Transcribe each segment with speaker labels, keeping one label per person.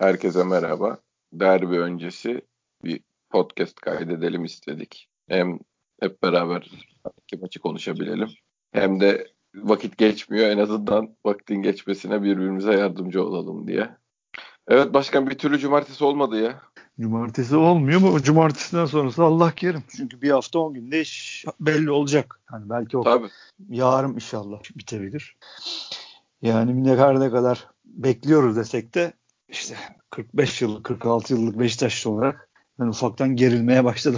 Speaker 1: Herkese merhaba. Derbi öncesi bir podcast kaydedelim istedik. Hem hep beraber iki maçı konuşabilelim. Hem de vakit geçmiyor. En azından vaktin geçmesine birbirimize yardımcı olalım diye. Evet başkan, bir türlü cumartesi olmadı ya.
Speaker 2: Cumartesi olmuyor mu? O cumartesiden sonrası Allah kerim. Çünkü bir hafta 10 günde iş belli olacak. Yani belki o
Speaker 1: Tabii.
Speaker 2: yarın inşallah bitebilir. Yani ne kadar bekliyoruz desek de işte 45 yıllık, 46 yıllık Beşiktaşlı olarak ben ufaktan gerilmeye başladım.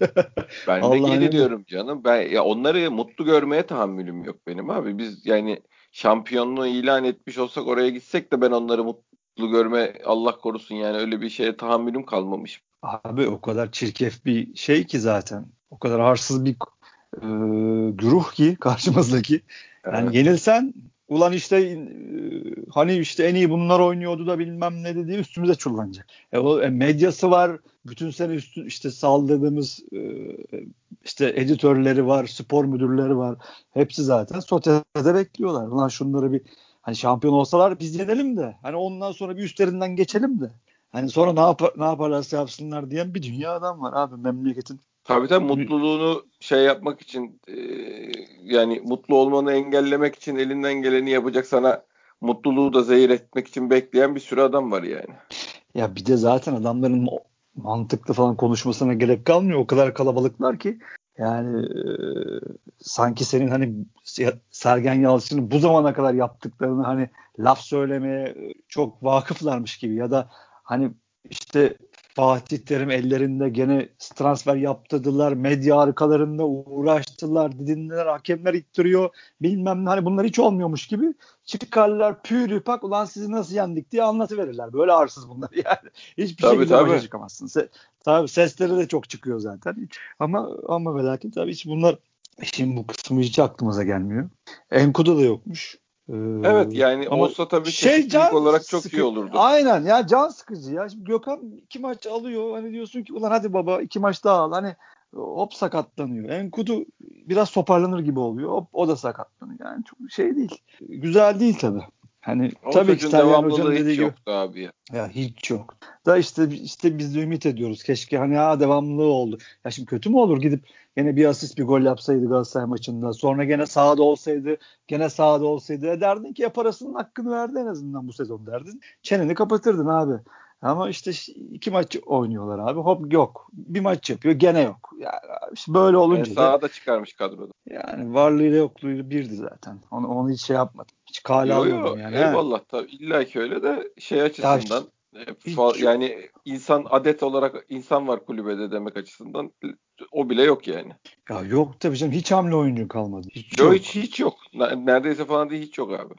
Speaker 1: Ben de
Speaker 2: Allah'ın emri.
Speaker 1: geriliyorum canım. Ya onları mutlu görmeye tahammülüm yok benim abi. Biz yani şampiyonluğu ilan etmiş olsak oraya gitsek de ben onları mutlu görme, Allah korusun, yani öyle bir şeye tahammülüm kalmamış.
Speaker 2: Abi o kadar çirkef bir şey ki zaten. O kadar arsız bir güruh ki karşımızdaki. Yani
Speaker 1: Evet.
Speaker 2: yenilsen ulan işte hani işte en iyi bunlar oynuyordu da bilmem ne dediği üstümüze çullanacak. Medyası var. Bütün sene işte saldırdığımız işte editörleri var, spor müdürleri var. Hepsi zaten sotede bekliyorlar. Ulan şunları bir hani şampiyon olsalar biz yenelim de hani ondan sonra bir üstlerinden geçelim de. Hani sonra ne yaparlarsa yapsınlar diyen bir dünya adam var abi memleketin.
Speaker 1: Tabii mutluluğunu şey yapmak için, yani mutlu olmanı engellemek için elinden geleni yapacak, sana mutluluğu da zehir etmek için bekleyen bir sürü adam var yani.
Speaker 2: Ya bir de zaten adamların mantıklı falan konuşmasına gerek kalmıyor. O kadar kalabalıklar ki yani sanki senin hani Sergen Yalçın'ın bu zamana kadar yaptıklarını hani laf söylemeye çok vakıflarmış gibi ya da hani işte Fatih Terim ellerinde gene transfer yaptırdılar, medya arkalarında uğraştılar, didindiler, hakemler ittiriyor bilmem ne, hani bunlar hiç olmuyormuş gibi çıkarlar pürüpak ulan sizi nasıl yendik diye anlatıverirler. Böyle arsız bunlar yani. Hiçbir
Speaker 1: Tabii
Speaker 2: şekilde başa
Speaker 1: tabii.
Speaker 2: çıkamazsın. Tabii sesleri de çok çıkıyor zaten. Ama ve lakin tabii hiç bunlar işin bu kısmı hiç aklımıza gelmiyor. Enkudu da yokmuş. Ee,
Speaker 1: Evet, yani
Speaker 2: ama
Speaker 1: olsa tabii
Speaker 2: şey
Speaker 1: çeşitlilik
Speaker 2: can
Speaker 1: olarak çok iyi
Speaker 2: sıkı
Speaker 1: olurdu.
Speaker 2: aynen ya can sıkıcı ya. Şimdi Gökhan 2 maç alıyor. Hani diyorsun ki ulan hadi baba 2 maç daha al. Hani hop sakatlanıyor. Enkudu biraz toparlanır gibi oluyor. Hop o da sakatlanıyor. Yani çok şey değil. Güzel değil tabii. Hani
Speaker 1: O
Speaker 2: tabii ki
Speaker 1: çocuğun
Speaker 2: Sergen
Speaker 1: devamlılığı
Speaker 2: Hoca'nın dediği
Speaker 1: hiç
Speaker 2: gibi
Speaker 1: yoktu abi ya.
Speaker 2: ya hiç yok. Da işte biz de ümit ediyoruz. Keşke hani ya devamlılığı oldu. Ya şimdi kötü mü olur gidip gene bir asist bir gol yapsaydı Galatasaray maçında. Sonra gene sahada olsaydı, gene sahada olsaydı. Derdin ki ya parasının hakkını verdi en azından bu sezon derdin. Çeneni kapatırdın abi. Ama işte 2 maç oynuyorlar abi. Hop yok. Bir maç yapıyor gene yok. Yani işte böyle olunca da
Speaker 1: Sahada çıkarmış kadroda.
Speaker 2: yani varlığıyla yokluğuyla birdi zaten. Onu hiç şey yapmadım. Hiç kale
Speaker 1: Yo
Speaker 2: almadım
Speaker 1: yo,
Speaker 2: yani. Ha.
Speaker 1: eyvallah, tabii illa ki öyle de şey
Speaker 2: Ya
Speaker 1: açısından,
Speaker 2: hiç
Speaker 1: yani insan, adet olarak insan var kulübede demek açısından, o bile yok yani.
Speaker 2: Ya yok tabii canım hiç hamle oyuncu kalmadı. Hiç
Speaker 1: Yo, hiç
Speaker 2: yok.
Speaker 1: hiç yok. Neredeyse falan değil, hiç yok abi.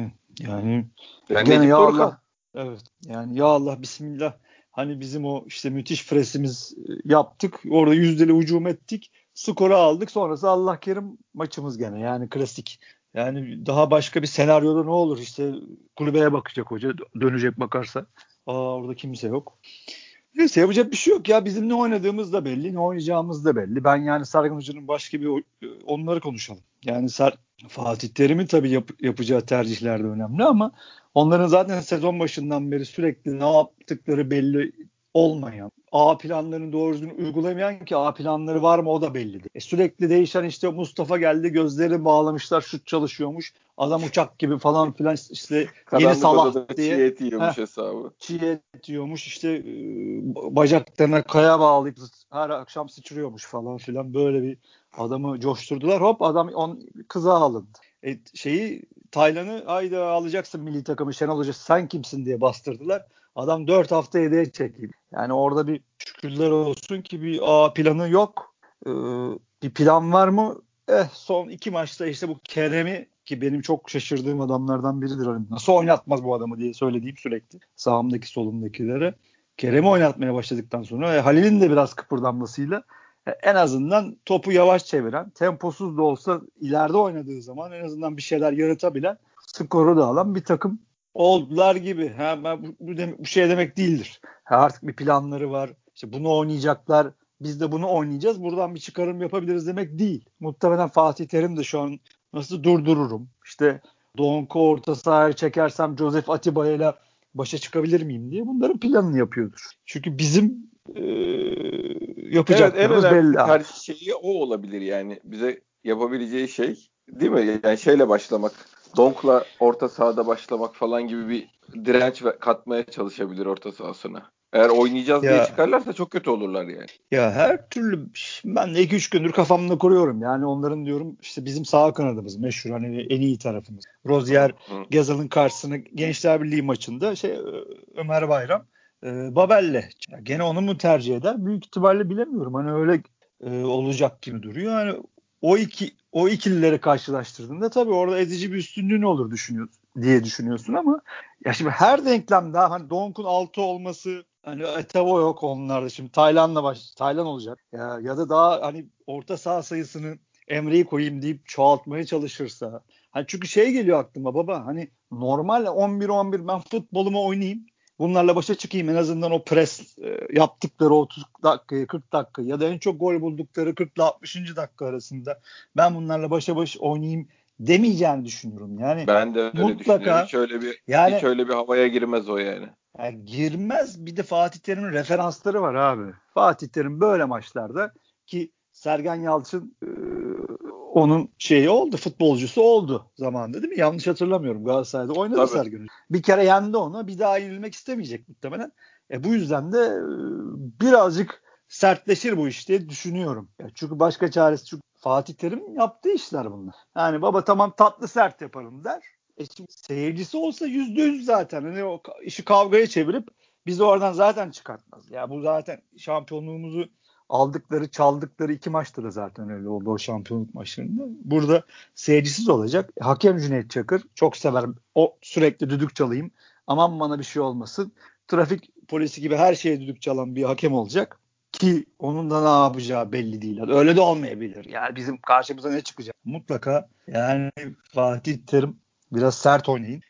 Speaker 2: Yani
Speaker 1: Yani
Speaker 2: gene
Speaker 1: Necip
Speaker 2: ya
Speaker 1: Dorukhan.
Speaker 2: Allah. Evet. Yani ya Allah bismillah. Hani bizim o işte müthiş presimiz yaptık. Orada yüzdeli hücum ettik. Skoru aldık. Sonrası Allah kerim maçımız gene. Yani klasik. Yani daha başka bir senaryoda ne olur? İşte kulübeye bakacak hoca. Dönecek bakarsa. Orada kimse yok. Neyse yapacak bir şey yok ya. Bizim ne oynadığımız da belli, ne oynayacağımız da belli. Ben yani Sergen Hoca'nın başka bir onları konuşalım. Yani Fatih Terim'in tabii yapacağı tercihler de önemli ama onların zaten sezon başından beri sürekli ne yaptıkları belli olmayan, A planlarını doğru düzgün uygulamayan ki A planları var mı o da belli değil. Sürekli değişen işte Mustafa geldi gözleri bağlamışlar şut çalışıyormuş. Adam uçak gibi falan filan işte yeni
Speaker 1: Karanlık
Speaker 2: Salah
Speaker 1: odada çiğ
Speaker 2: diye.
Speaker 1: et
Speaker 2: Heh,
Speaker 1: yiyormuş hesabı.
Speaker 2: çiğ et yiyormuş işte bacaklarına kaya bağlayıp her akşam sıçrıyormuş falan filan böyle bir adamı coşturdular hop adam kıza alındı. Taylan'ı hayda alacaksın milli takımı Şenol Hoca sen kimsin diye bastırdılar. Adam 4 hafta yedeğe çekildi. Yani orada bir şükürler olsun ki bir A planı yok. Bir plan var mı? Son 2 maçta işte bu Kerem'i ki benim çok şaşırdığım adamlardan biridir. Hani nasıl oynatmaz bu adamı diye söylediğim sürekli sağımdaki solumdakilere. Kerem'i oynatmaya başladıktan sonra Halil'in de biraz kıpırdanmasıyla en azından topu yavaş çeviren, temposuz da olsa ileride oynadığı zaman en azından bir şeyler yaratabilen, skoru da alan bir takım oldular gibi. Bu şey demek değildir. Artık bir planları var. İşte bunu oynayacaklar. Biz de bunu oynayacağız. Buradan bir çıkarım yapabiliriz demek değil. Muhtemelen Fatih Terim de şu an nasıl durdururum? İşte Donko orta sahaya çekersem Joseph Atiba'yla başa çıkabilir miyim diye bunların planını yapıyordur. Çünkü bizim yapacaklarımız
Speaker 1: Evet, en önemli
Speaker 2: belli abi.
Speaker 1: tercih şeyi o olabilir yani. Bize yapabileceği şey değil mi? Yani şeyle başlamak. Donk'la orta sahada başlamak falan gibi bir direnç katmaya çalışabilir orta sahasına. Eğer oynayacağız diye
Speaker 2: Ya
Speaker 1: çıkarlarsa çok kötü olurlar yani.
Speaker 2: Ya her türlü ben de 2-3 gündür kafamda kuruyorum. Yani onların diyorum işte bizim sağ kanadımız meşhur hani en iyi tarafımız. Rozier
Speaker 1: Hı hı.
Speaker 2: Gezal'ın karşısına Gençler Birliği maçında Ömer Bayram Babel'le. Ya gene onu mu tercih eder? Büyük ihtimalle bilemiyorum. Hani öyle olacak gibi duruyor. Yani o ikilileri karşılaştırdığında tabii orada ezici bir üstünlüğün olur diye düşünüyorsun ama ya şimdi her denklemde hani Donk'un 6 olması hani Etebo yok onlarda şimdi Taylan olacak ya da daha hani orta saha sayısını Emre'yi koyayım deyip çoğaltmaya çalışırsa hani çünkü geliyor aklıma baba hani normal 11-11 ben futbolumu oynayayım bunlarla başa çıkayım en azından o pres yaptıkları 30 dakikayı 40 dakika ya da en çok gol buldukları 40 ile 60. dakika arasında ben bunlarla başa baş oynayayım demeyeceğini düşünüyorum. Yani
Speaker 1: Ben de öyle düşünüyorum.
Speaker 2: mutlaka
Speaker 1: Hiç
Speaker 2: yani
Speaker 1: öyle bir havaya girmez o yani.
Speaker 2: girmez bir de Fatih Terim'in referansları var abi. Fatih Terim böyle maçlarda ki Sergen Yalçın onun oldu futbolcusu oldu zamanında değil mi? Yanlış hatırlamıyorum Galatasaray'da oynadı
Speaker 1: Tabii.
Speaker 2: Sergen. Bir kere yendi onu bir daha yenilmek istemeyecek muhtemelen. Bu yüzden de birazcık sertleşir bu iş diye düşünüyorum. Çünkü başka çaresi çünkü Fatih Terim yaptığı işler bunlar. Yani baba tamam tatlı sert yaparım der. Şimdi seyircisi olsa %100 zaten. Hani o işi kavgaya çevirip bizi oradan zaten çıkartmaz. Ya bu zaten şampiyonluğumuzu aldıkları, çaldıkları 2 maçtır da zaten öyle oldu o şampiyonluk maçlarında. Burada seyircisiz olacak. Hakem Cüneyt Çakır çok severim. O sürekli düdük çalayım. Aman bana bir şey olmasın. Trafik polisi gibi her şeye düdük çalan bir hakem olacak. Ki onun da ne yapacağı belli değil. Öyle de olmayabilir. Yani bizim karşımıza ne çıkacak? Mutlaka yani Fatih Terim biraz sert oynayın.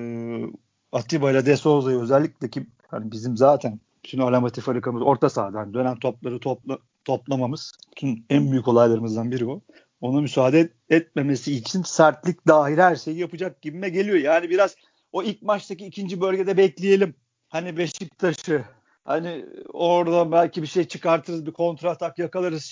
Speaker 2: Atiba ile De Souza'yı özellikle ki hani bizim zaten bütün alameti farikamız orta sahadan dönen topları toplamamız bütün en büyük olaylarımızdan biri o. Ona müsaade etmemesi için sertlik dahil her şeyi yapacak gibime geliyor. Yani biraz o ilk maçtaki ikinci bölgede bekleyelim. Hani Beşiktaş'ı hani orada belki bir şey çıkartırız bir kontra atak yakalarız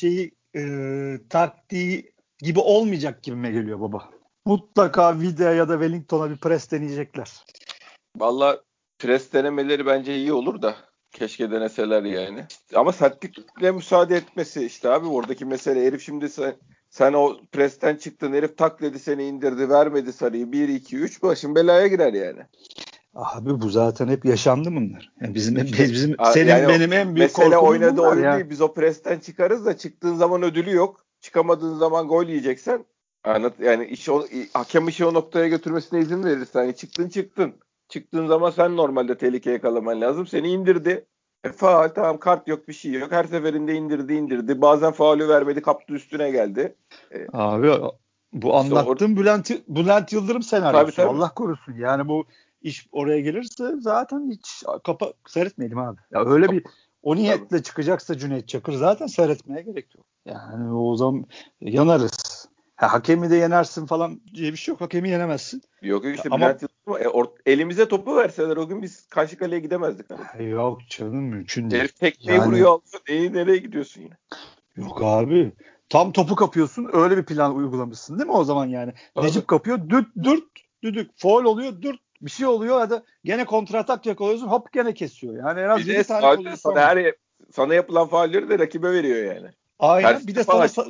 Speaker 2: taktiği gibi olmayacak gibime geliyor baba. Mutlaka Vida ya da Wellington'a bir pres deneyecekler.
Speaker 1: Valla pres denemeleri bence iyi olur da. Keşke deneseler yani. Ama sertlikle müsaade etmesi işte abi oradaki mesele. Herif şimdi sen o presten çıktın. Herif tak dedi seni indirdi. Vermedi sarıyı. 1-2-3 başın belaya girer yani.
Speaker 2: Abi bu zaten hep yaşandı bunlar. Yani
Speaker 1: İşte
Speaker 2: senin
Speaker 1: yani
Speaker 2: benim en büyük
Speaker 1: mesele
Speaker 2: korkumuz
Speaker 1: oynadığı
Speaker 2: bunlar
Speaker 1: oyun
Speaker 2: ya.
Speaker 1: değil. Biz o presten çıkarız da çıktığın zaman ödülü yok. Çıkamadığın zaman gol yiyeceksen yani hakem işi o noktaya götürmesine izin verirsen. Yani çıktın. Çıktığın zaman sen normalde tehlikeye kalaman lazım. Seni indirdi. Faul tamam kart yok bir şey yok. Her seferinde indirdi. Bazen faulü vermedi kaptı üstüne geldi.
Speaker 2: Abi bu
Speaker 1: İşte
Speaker 2: anlattığım Bülent Yıldırım
Speaker 1: tabii
Speaker 2: senaryosu.
Speaker 1: tabii.
Speaker 2: Allah korusun. Yani bu iş oraya gelirse zaten hiç seyretmeyelim abi. Ya öyle bir o
Speaker 1: Tabii.
Speaker 2: niyetle çıkacaksa Cüneyt Çakır zaten seyretmeye gerek yok. Yani o zaman yanarız. Hakemi de yenersin falan diye bir şey yok. Hakemi yenemezsin.
Speaker 1: Yok işte
Speaker 2: Ama
Speaker 1: Bülent Yıldırım elimize topu verseler o gün biz karşı kaleye gidemezdik abi.
Speaker 2: yok canım mümkün değil.
Speaker 1: Herif tekmeyi
Speaker 2: Yani
Speaker 1: vuruyor alıyor. Nereye gidiyorsun yine?
Speaker 2: yok abi. Tam topu kapıyorsun. Öyle bir plan uygulamışsın değil mi o zaman yani?
Speaker 1: Abi.
Speaker 2: Necip kapıyor. Dürt düdük. Faul oluyor. Dürt bir şey oluyor ya da gene kontratak yakalıyorsun. Hop gene kesiyor. Yani en
Speaker 1: Bir
Speaker 2: az
Speaker 1: de
Speaker 2: 7 tane
Speaker 1: faulü
Speaker 2: pozisyon var.
Speaker 1: sana yapılan faulleri de rakibe veriyor yani.
Speaker 2: Aynen. Bir
Speaker 1: Tersine
Speaker 2: de sana
Speaker 1: faul.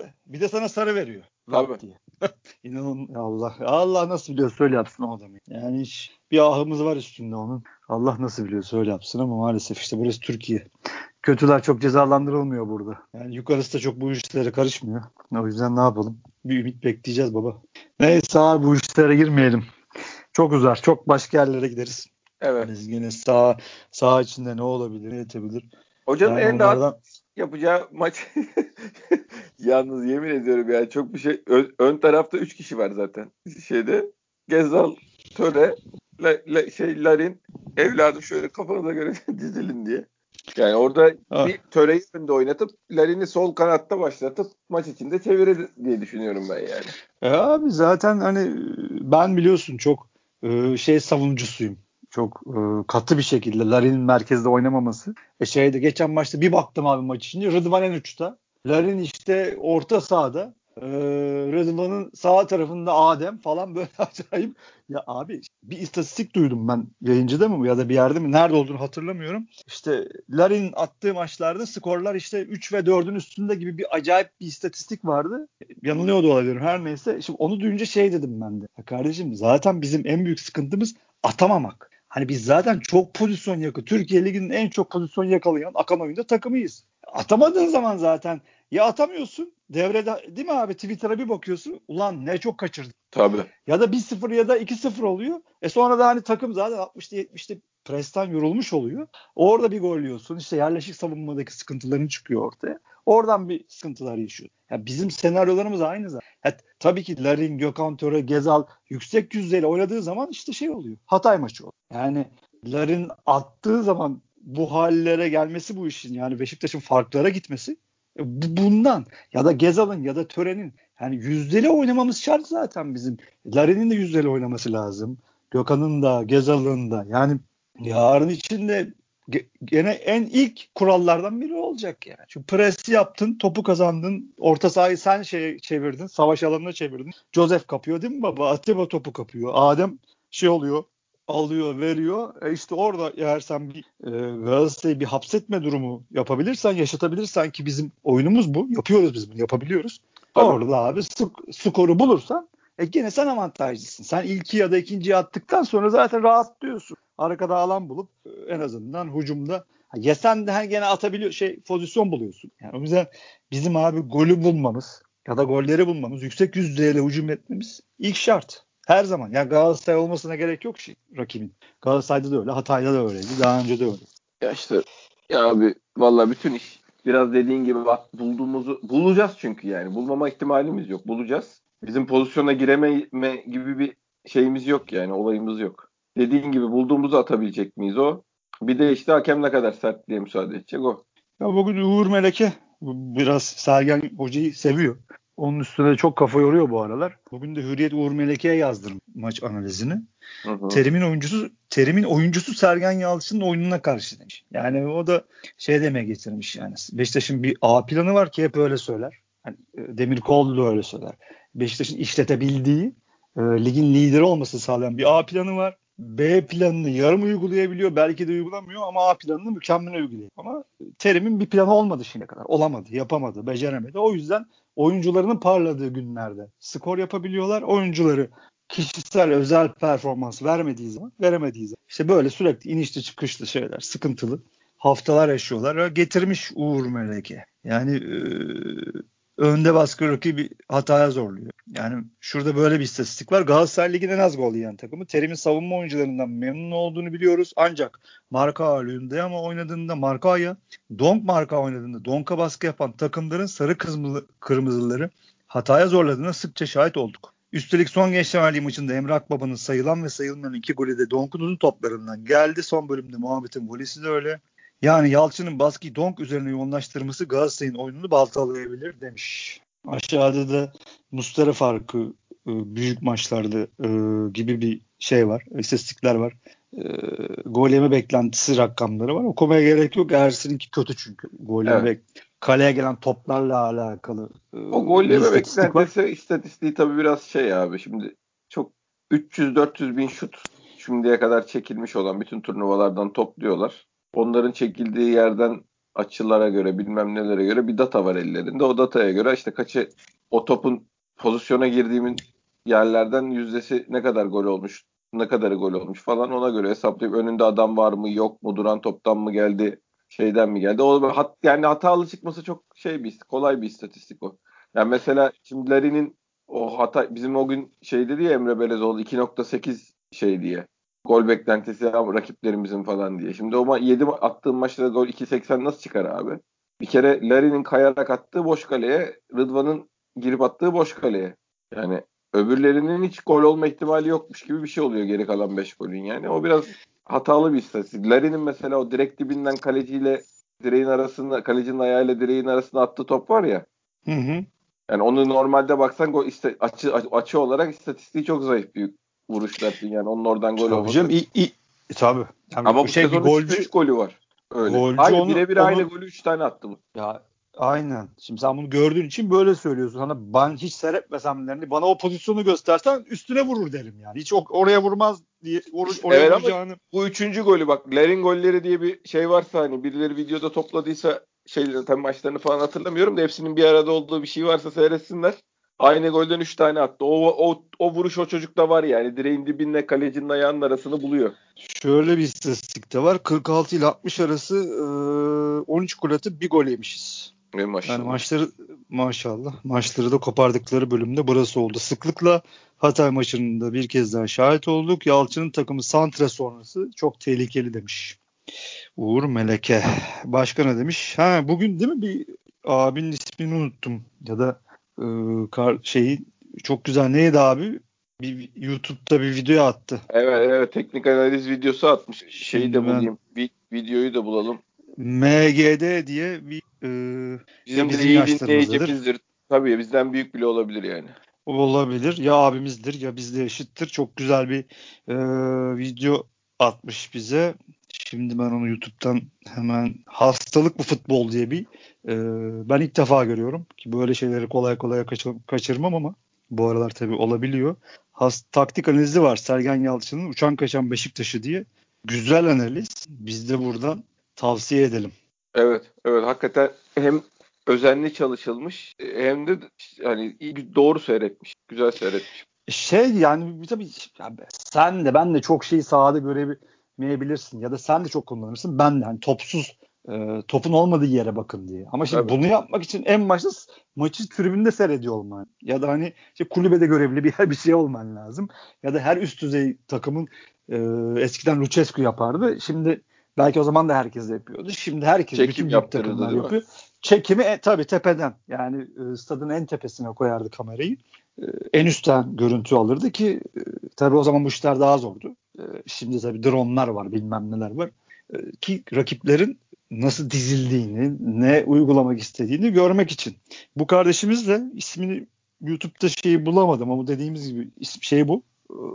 Speaker 2: sarı veriyor.
Speaker 1: Tabii.
Speaker 2: Lap diye. İnanın Allah. Allah nasıl biliyor söyle yapsın o adamı. Yani bir ahımız var üstünde onun. Allah nasıl biliyor söyle yapsın ama maalesef işte burası Türkiye. Kötüler çok cezalandırılmıyor burada. Yani yukarısı da çok bu işlere karışmıyor. O yüzden ne yapalım? Bir ümit bekleyeceğiz baba. Neyse abi bu işlere girmeyelim. Çok uzar. Çok başka yerlere gideriz.
Speaker 1: Evet.
Speaker 2: Hani yine sağ içinde ne olabilir, ne yetebilir?
Speaker 1: Hocanın
Speaker 2: Yani
Speaker 1: en rahat
Speaker 2: onlardan
Speaker 1: yapacağı maç yalnız yemin ediyorum yani çok bir şey ön tarafta 3 kişi var zaten. Şeyde Gezal, Töre, Larin evladım şöyle kafanıza göre dizilin diye. Yani orada
Speaker 2: ah,
Speaker 1: bir Töre'yi önde oynatıp Larin'i sol kanatta başlatıp maç içinde çevirir diye düşünüyorum ben yani.
Speaker 2: abi zaten hani ben biliyorsun çok savunucusuyum. çok katı bir şekilde Larin'in merkezde oynamaması. Şeyde geçen maçta bir baktım abi maç içinde Rıdvan en uçta. Larin işte orta sahada. Rıdvan'ın sağ tarafında Adem falan böyle acayip. Ya abi bir istatistik duydum ben yayıncıda mı ya da bir yerde mi nerede olduğunu hatırlamıyorum. İşte Larin'in attığı maçlarda skorlar işte 3 ve 4'ün üstünde gibi bir acayip bir istatistik vardı. Yanılıyor da olabilirim her neyse. Şimdi onu duyunca şey dedim ben de. Ya kardeşim zaten bizim en büyük sıkıntımız atamamak. Hani biz zaten çok pozisyon Türkiye Ligi'nin en çok pozisyon yakalayan akan oyunda takımıyız. Atamadığın zaman zaten ya atamıyorsun devrede değil mi abi Twitter'a bir bakıyorsun ulan ne çok kaçırdık.
Speaker 1: Tabii.
Speaker 2: Ya da 1-0 ya da 2-0 oluyor. Sonra da hani takım zaten 60'ta 70'te presten yorulmuş oluyor. Orada bir gol yiyorsun. İşte yerleşik savunmadaki sıkıntıların çıkıyor ortaya. Oradan bir sıkıntılar yaşıyor. Ya bizim senaryolarımız aynı zaten. Tabii ki Larin, Gökhan Töre, Gezal yüksek yüzdeyle oynadığı zaman işte şey oluyor. Hatay maçı oluyor. Yani Larin attığı zaman bu hallere gelmesi bu işin yani Beşiktaş'ın farklara gitmesi bundan ya da Gezal'ın ya da Tören'in yani yüzdeli oynamamız şart zaten bizim. Larin'in de yüzdeli oynaması lazım. Gökhan'ın da Gezal'ın da yani yarın içinde gene en ilk kurallardan biri olacak yani. Çünkü pres yaptın, topu kazandın, orta sahayı sen çevirdin, savaş alanına çevirdin. Joseph kapıyor değil mi baba? Atiba topu kapıyor. Adem şey oluyor, alıyor, veriyor. İşte orada eğer sen bir Galatasaray'ı bir hapsetme durumu yapabilirsen, yaşatabilirsen ki bizim oyunumuz bu. Yapıyoruz biz bunu, yapabiliyoruz.
Speaker 1: Tabii.
Speaker 2: Orada abi skoru bulursan gene sen avantajlısın. Sen ilki ya da ikinciyi attıktan sonra zaten rahatlıyorsun. Arkada alan bulup en azından hücumda yesen de gene atabiliyor pozisyon buluyorsun. Yani o yüzden bizim abi golü bulmamız ya da golleri bulmamız, yüksek yüzdeyle hücum etmemiz ilk şart. Her zaman. Yani Galatasaray olmasına gerek yok rakibin. Galatasaray'da da öyle, Hatay'da da öyleydi. Daha önce de öyle.
Speaker 1: Ya işte ya abi valla bütün iş biraz dediğin gibi bulduğumuzu bulacağız çünkü yani bulmama ihtimalimiz yok. Bulacağız. Bizim pozisyona gireme gibi bir şeyimiz yok yani olayımız yok. Dediğin gibi bulduğumuzu atabilecek miyiz o? Bir de işte hakem ne kadar sertliğe müsaade edecek o.
Speaker 2: Ya bugün Uğur Meleke biraz Sergen Hoca'yı seviyor. Onun üstüne çok kafa yoruyor bu aralar. Bugün de Hürriyet Uğur Meleke'ye yazdırmış maç analizini.
Speaker 1: Hı hı.
Speaker 2: Terimin oyuncusu Sergen Yalçın'ın oyununa karşı demiş. Yani o da şey demeye getirmiş yani. Beşiktaş'ın bir A planı var ki hep öyle söyler. Yani, Demirkol da öyle söyler. Beşiktaş'ın işletebildiği ligin lideri olması sağlayan bir A planı var. B planını yarım uygulayabiliyor. Belki de uygulamıyor ama A planını mükemmel uyguluyor. Ama Terim'in bir planı olmadı şimdiye kadar. Olamadı, yapamadı, beceremedi. O yüzden oyuncularının parladığı günlerde skor yapabiliyorlar. Oyuncuları kişisel özel performans veremediği zaman işte böyle sürekli inişli çıkışlı şeyler, sıkıntılı haftalar yaşıyorlar. Getirmiş Uğur Meleke. Yani önde baskı rakibi hataya zorluyor. Yani şurada böyle bir istatistik var. Galatasaray Ligi'nin en az gol yiyen takımı. Terim'in savunma oyuncularından memnun olduğunu biliyoruz. Ancak marka ağırlığında ama oynadığında markaya, donk marka oynadığında donka baskı yapan takımların sarı kırmızıları hataya zorladığına sıkça şahit olduk. Üstelik son Gençler Birliği maçında Emre Akbaba'nın sayılan ve sayılmayan 2 golü de Donk'un uzun toplarından geldi. Son bölümde Muhammed'in volesi de öyle. Yani Yalçın'ın baskıyı Donk üzerine yoğunlaştırması Galatasaray'ın oyununu baltalayabilir demiş. Aşağıda da Muslera farkı büyük maçlarda gibi bir şey var. İstatistikler var. Gol yeme beklentisi rakamları var. Okumaya gerek yok. Ersin'inki kötü çünkü. Gol yeme
Speaker 1: Evet.
Speaker 2: kaleye gelen toplarla alakalı
Speaker 1: O gol
Speaker 2: bir
Speaker 1: yeme
Speaker 2: istatistik var.
Speaker 1: beklentisi istatistiği tabii biraz şey abi. Şimdi çok 300-400 bin şut şimdiye kadar çekilmiş olan bütün turnuvalardan topluyorlar. Onların çekildiği yerden açılara göre bilmem nelere göre bir data var ellerinde. O dataya göre işte kaçı o topun pozisyona girdiğimin yerlerden yüzdesi ne kadar gol olmuş, ne kadarı gol olmuş falan ona göre hesaplayıp önünde adam var mı yok mu duran toptan mı geldi şeyden mi geldi. Yani hatalı çıkması çok kolay bir istatistik o. Yani mesela şimdi Larin'in o hata bizim o gün şey dedi ya Emre Belezoğlu 2.8 şey diye. Gol beklentisi ama rakiplerimizin falan diye. Şimdi o 7 attığım maçta gol 2.80 nasıl çıkar abi? Bir kere Larin'in kayarak attığı boş kaleye, Rıdvan'ın girip attığı boş kaleye. Yani öbürlerinin hiç gol olma ihtimali yokmuş gibi bir şey oluyor geri kalan 5 golün yani. O biraz hatalı bir istatistik. Larin'in mesela o direkt dibinden kaleciyle direğin arasında, kalecinin ayağıyla direğin arasında attığı top var ya.
Speaker 2: Hı hı.
Speaker 1: Yani onu normalde baksan açı olarak istatistiği çok zayıf bir vuruş dersin. Yani onun oradan gol
Speaker 2: Tabii canım.
Speaker 1: olması.
Speaker 2: Tabii. Yani
Speaker 1: Ama
Speaker 2: bu
Speaker 1: bu
Speaker 2: şey bir
Speaker 1: sezon üstünde 3 golü var. Öyle.
Speaker 2: golcü
Speaker 1: Aynı
Speaker 2: onu
Speaker 1: birebir aynı
Speaker 2: onu
Speaker 1: golü 3 tane attı bu.
Speaker 2: ya aynen. Şimdi sen bunu gördüğün için böyle söylüyorsun. Hani ben hiç seyretmesem de bana o pozisyonu göstersen üstüne vurur derim yani. Hiç oraya vurmaz diye oraya
Speaker 1: Evet ama
Speaker 2: vuracağını.
Speaker 1: bu üçüncü golü bak, Larin golleri diye bir şey varsa, hani birileri videoda topladıysa, şeylerin tam maçlarını falan hatırlamıyorum da, hepsinin bir arada olduğu bir şey varsa seyretsinler. Aynı golden 3 tane attı. O vuruş o çocukta var yani. Direğin dibinle kalecinin ayağının arasını buluyor.
Speaker 2: Şöyle bir istatistik de var. 46 ile 60 arası 13 gol atıp bir gol yemişiz.
Speaker 1: Ve
Speaker 2: Yani
Speaker 1: maşallah.
Speaker 2: maçları da kopardıkları bölümde burası oldu. Sıklıkla Hatay maçında bir kez daha şahit olduk. Yalçın'ın takımı santre sonrası çok tehlikeli demiş. Uğur Meleke. Başka ne demiş? Ha, bugün değil mi bir abinin ismini unuttum. Ya da şeyi çok güzel neydi abi? Bir YouTube'da bir video attı.
Speaker 1: Evet, evet, teknik analiz videosu atmış. Şeyi de
Speaker 2: Şimdi ben
Speaker 1: bulayım. Videoyu da bulalım.
Speaker 2: MGD diye bir ya
Speaker 1: Bizim de
Speaker 2: bizim
Speaker 1: iyi
Speaker 2: yaşlarımızdadır.
Speaker 1: dinleyicimizdir. Tabii bizden büyük bile olabilir yani.
Speaker 2: Olabilir. Ya abimizdir ya bizle eşittir. Çok güzel bir video atmış bize. Şimdi ben onu YouTube'dan hemen hastalık bu futbol diye bir ben ilk defa görüyorum ki böyle şeyleri kolay kolay kaçırmam ama bu aralar tabii olabiliyor. Taktik analizi var Sergen Yalçın'ın Uçan Kaçan Beşiktaş'ı diye. Güzel analiz. Biz de buradan tavsiye edelim.
Speaker 1: Evet, evet, hakikaten hem özenli çalışılmış, hem de hani doğru seyretmiş, güzel seyretmiş.
Speaker 2: Şey yani tabii ya sen de ben de çok şeyi sahada göremeyebilirsin ya da sen de çok kullanırsın. Ben de hani topun olmadığı yere bakın diye. Ama şimdi
Speaker 1: Tabii.
Speaker 2: bunu yapmak için en başta maçı tribünde seyrediyor olman ya da hani işte kulübede görevli bir şey olman lazım. Ya da her üst düzey takımın eskiden Lucescu yapardı. Şimdi belki o zaman da herkes yapıyordu. Şimdi herkes
Speaker 1: Çekim
Speaker 2: bütün büyük
Speaker 1: yaptırırdı
Speaker 2: takımlar
Speaker 1: değil mi?
Speaker 2: yapıyor. Çekimi tabii tepeden yani stadın en tepesine koyardı kamerayı en üstten görüntü alırdı ki tabii o zaman bu işler daha zordu. Şimdi tabii dronlar var bilmem neler var. Ki rakiplerin nasıl dizildiğini, ne uygulamak istediğini görmek için. Bu kardeşimiz de ismini YouTube'da şeyi bulamadım ama dediğimiz gibi şey bu.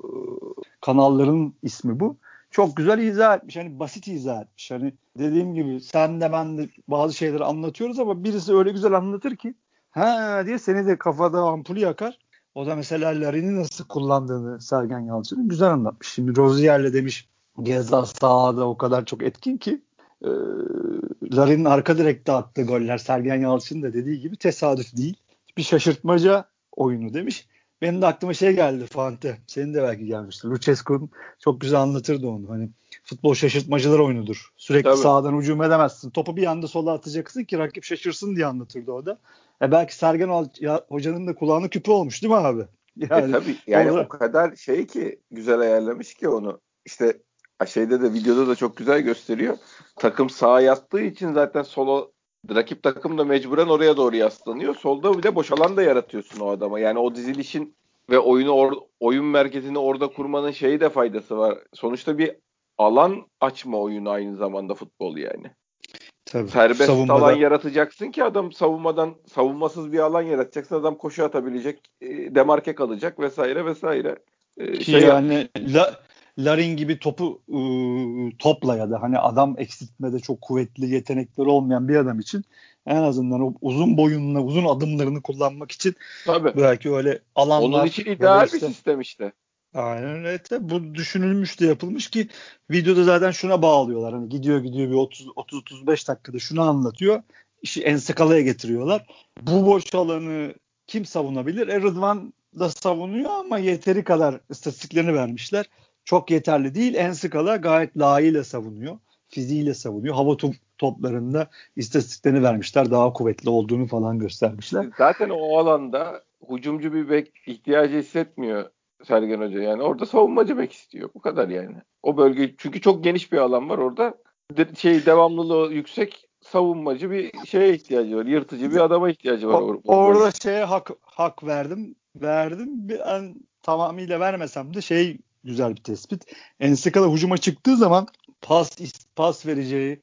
Speaker 2: Kanalların ismi bu. Çok güzel izah etmiş. Hani basit izah etmiş. Hani dediğim gibi sen de ben de bazı şeyleri anlatıyoruz ama birisi öyle güzel anlatır ki ha diye seni de kafada ampulü yakar. O da mesela Larin'i nasıl kullandığını Sergen Yalçın'ın güzel anlatmış. Şimdi Rozier'le demiş Geza sahada o kadar çok etkin ki e, Larin'in arka direkte attığı goller Sergen Yalçın'ın da dediği gibi tesadüf değil. Bir şaşırtmaca oyunu demiş. Benim de aklıma şey geldi Fante. Senin de belki gelmiştir. Lucescu'nun çok güzel anlatırdı onu. Hani futbol şaşırtmacılar oyunudur. Sürekli
Speaker 1: Tabii.
Speaker 2: sağdan hücum edemezsin. Topu bir anda sola atacaksın ki rakip şaşırsın diye anlatırdı o da. Belki Sergen Hoca'nın da kulağına küpe olmuş değil mi abi? Yani
Speaker 1: Tabii yani o
Speaker 2: orada
Speaker 1: kadar şey ki, güzel ayarlamış ki onu. İşte şeyde de, videoda da çok güzel gösteriyor. Takım sağa yattığı için zaten rakip takım da mecburen oraya doğru yaslanıyor. Solda bir de boş alan da yaratıyorsun o adama. Yani o dizilişin ve oyun merkezini orada kurmanın şeyi de faydası var. Sonuçta bir alan açma oyunu aynı zamanda futbol yani.
Speaker 2: tabii
Speaker 1: Serbest alan
Speaker 2: savunmada
Speaker 1: yaratacaksın ki adam savunmasız bir alan yaratacaksın. Adam koşu atabilecek, demarke kalacak vesaire vesaire.
Speaker 2: ki
Speaker 1: Şey
Speaker 2: yani
Speaker 1: yapmış.
Speaker 2: Larin gibi topu topla ya da hani adam eksiltmede çok kuvvetli yetenekleri olmayan bir adam için en azından o uzun boyunla uzun adımlarını kullanmak için
Speaker 1: Tabii.
Speaker 2: belki öyle
Speaker 1: Onun için
Speaker 2: alanlar ya da
Speaker 1: ideal bir
Speaker 2: işte
Speaker 1: sistem işte.
Speaker 2: aynen öyle. Bu düşünülmüş de yapılmış ki videoda zaten şuna bağlıyorlar. Hani gidiyor bir 30-35 dakikada şunu anlatıyor. İşi en skalaya getiriyorlar. Bu boş alanı kim savunabilir? Rıdvan da savunuyor ama yeteri kadar istatistiklerini vermişler. Çok yeterli değil. En skala gayet layığıyla savunuyor. Fiziğiyle savunuyor. Toplarında istatistiklerini vermişler. Daha kuvvetli olduğunu falan göstermişler.
Speaker 1: Zaten o alanda hücumcu bir bek ihtiyacı hissetmiyor Sergen Hoca. Yani orada savunmacı bek istiyor. Bu kadar yani. O bölge, çünkü çok geniş bir alan var orada. Devamlılığı yüksek savunmacı bir şeye ihtiyacı var. Yırtıcı bir adama ihtiyacı var o bölge.
Speaker 2: Orada şeye hak verdim. Bir an tamamıyla vermesem de şey güzel bir tespit. Enskala hücuma çıktığı zaman pas vereceği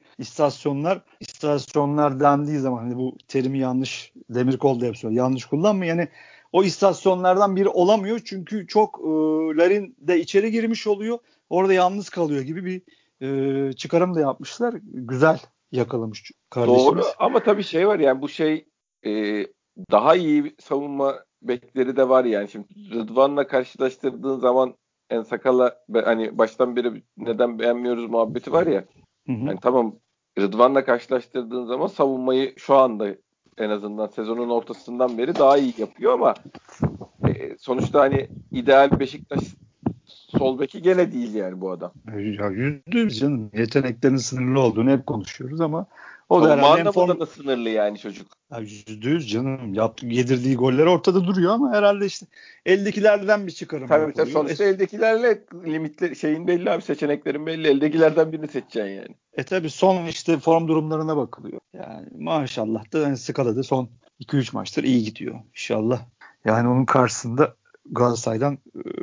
Speaker 2: istasyonlar dendiği zaman hani bu terimi yanlış Demirkol da yapıyor. Yanlış kullanma yani o istasyonlardan biri olamıyor çünkü çok Larin de içeri girmiş oluyor. orada yalnız kalıyor gibi bir çıkarım da yapmışlar. Güzel yakalamış
Speaker 1: Doğru
Speaker 2: kardeşimiz.
Speaker 1: ama tabii şey var yani bu şey e, daha iyi bir savunma bekleri de var yani. Şimdi Rıdvan'la karşılaştırdığın zaman En Sakala hani baştan beri neden beğenmiyoruz muhabbeti var ya.
Speaker 2: Hı hı.
Speaker 1: Hani tamam Rıdvan'la karşılaştırdığın zaman savunmayı şu anda en azından sezonun ortasından beri daha iyi yapıyor ama sonuçta hani ideal Beşiktaş sol beki gene değil yani bu adam.
Speaker 2: Ya %100 canım. Yeteneklerin sınırlı olduğunu hep konuşuyoruz ama o da
Speaker 1: Savunma
Speaker 2: herhalde hem
Speaker 1: anlamında
Speaker 2: form
Speaker 1: da sınırlı yani çocuk.
Speaker 2: ya %100 canım. Yedirdiği goller ortada duruyor ama herhalde işte eldekilerden bir çıkarım
Speaker 1: Tabii
Speaker 2: yapılıyor.
Speaker 1: sonuçta eldekilerle limitli şeyin belli abi seçeneklerin belli. Eldekilerden birini seçeceksin yani.
Speaker 2: Tabii son işte form durumlarına bakılıyor. Yani maşallah da yani Skala'da son 2-3 maçtır iyi gidiyor inşallah. Yani onun karşısında Galatasaray'dan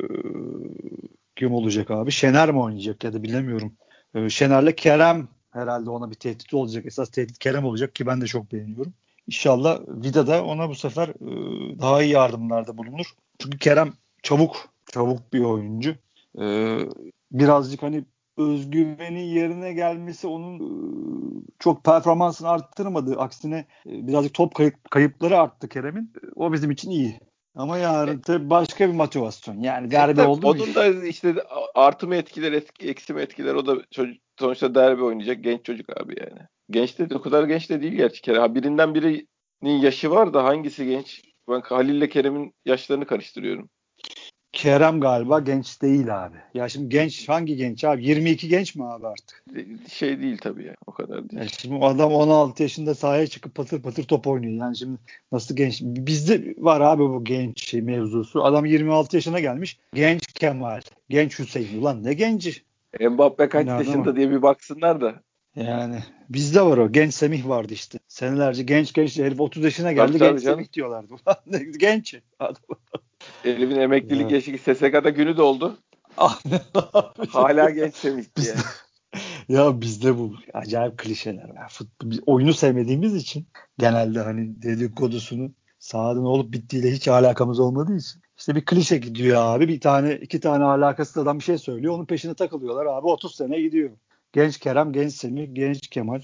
Speaker 2: kim olacak abi? Şener mi oynayacak ya da bilemiyorum. Şener'le Kerem herhalde ona bir tehdit olacak. Esas tehdit Kerem olacak ki ben de çok beğeniyorum. İnşallah Vida da ona bu sefer daha iyi yardımlarda bulunur. Çünkü Kerem çabuk bir oyuncu. E, birazcık hani özgüveni yerine gelmesi onun çok performansını arttırmadı. Aksine birazcık top kayıpları arttı Kerem'in. O bizim için iyi. Ama yarın tabii başka bir motivasyon. Yani derbi
Speaker 1: Tabii
Speaker 2: oldu mu?
Speaker 1: onun da işte artı mı etkiler eksi mi etkiler o da çocuk, sonuçta derbi oynayacak genç çocuk abi yani. Genç de o kadar genç de değil gerçi Kerem. Ha, birinden birinin yaşı var da hangisi genç? Ben Halil'le Kerem'in yaşlarını karıştırıyorum.
Speaker 2: Kerem galiba genç değil abi. Ya şimdi genç hangi genç abi? 22 genç mi abi artık?
Speaker 1: Şey değil tabii ya o kadar
Speaker 2: Ya
Speaker 1: değil.
Speaker 2: şimdi o adam 16 yaşında sahaya çıkıp patır patır top oynuyor. Yani şimdi nasıl genç? Bizde var abi bu genç şey mevzusu. Adam 26 yaşına gelmiş. Genç Kemal, genç Hüseyin. Ulan ne genci?
Speaker 1: Mbappe
Speaker 2: Hani
Speaker 1: kaç
Speaker 2: adama.
Speaker 1: yaşında diye bir baksınlar da.
Speaker 2: Yani bizde var o. Genç Semih vardı işte. Senelerce genç herif 30 yaşına
Speaker 1: Tabii
Speaker 2: geldi. Genç
Speaker 1: tabii canım.
Speaker 2: Semih diyorlardı. Ulan ne genç adam.
Speaker 1: Elif'in emeklilik
Speaker 2: Ya.
Speaker 1: yaşı SSK'da günü doldu.
Speaker 2: Ah ne yapacak?
Speaker 1: Hala genç Semih'ti
Speaker 2: Bizde,
Speaker 1: yani.
Speaker 2: ya bizde bu acayip klişeler var. Futbol, biz oyunu sevmediğimiz için genelde hani dedikodusunu sahada ne olup bittiğiyle hiç alakamız olmadığı için işte bir klişe gidiyor abi. Bir tane iki tane alakasız adam bir şey söylüyor. Onun peşine takılıyorlar abi 30 sene gidiyor. Genç Kerem, genç Semih, genç Kemal.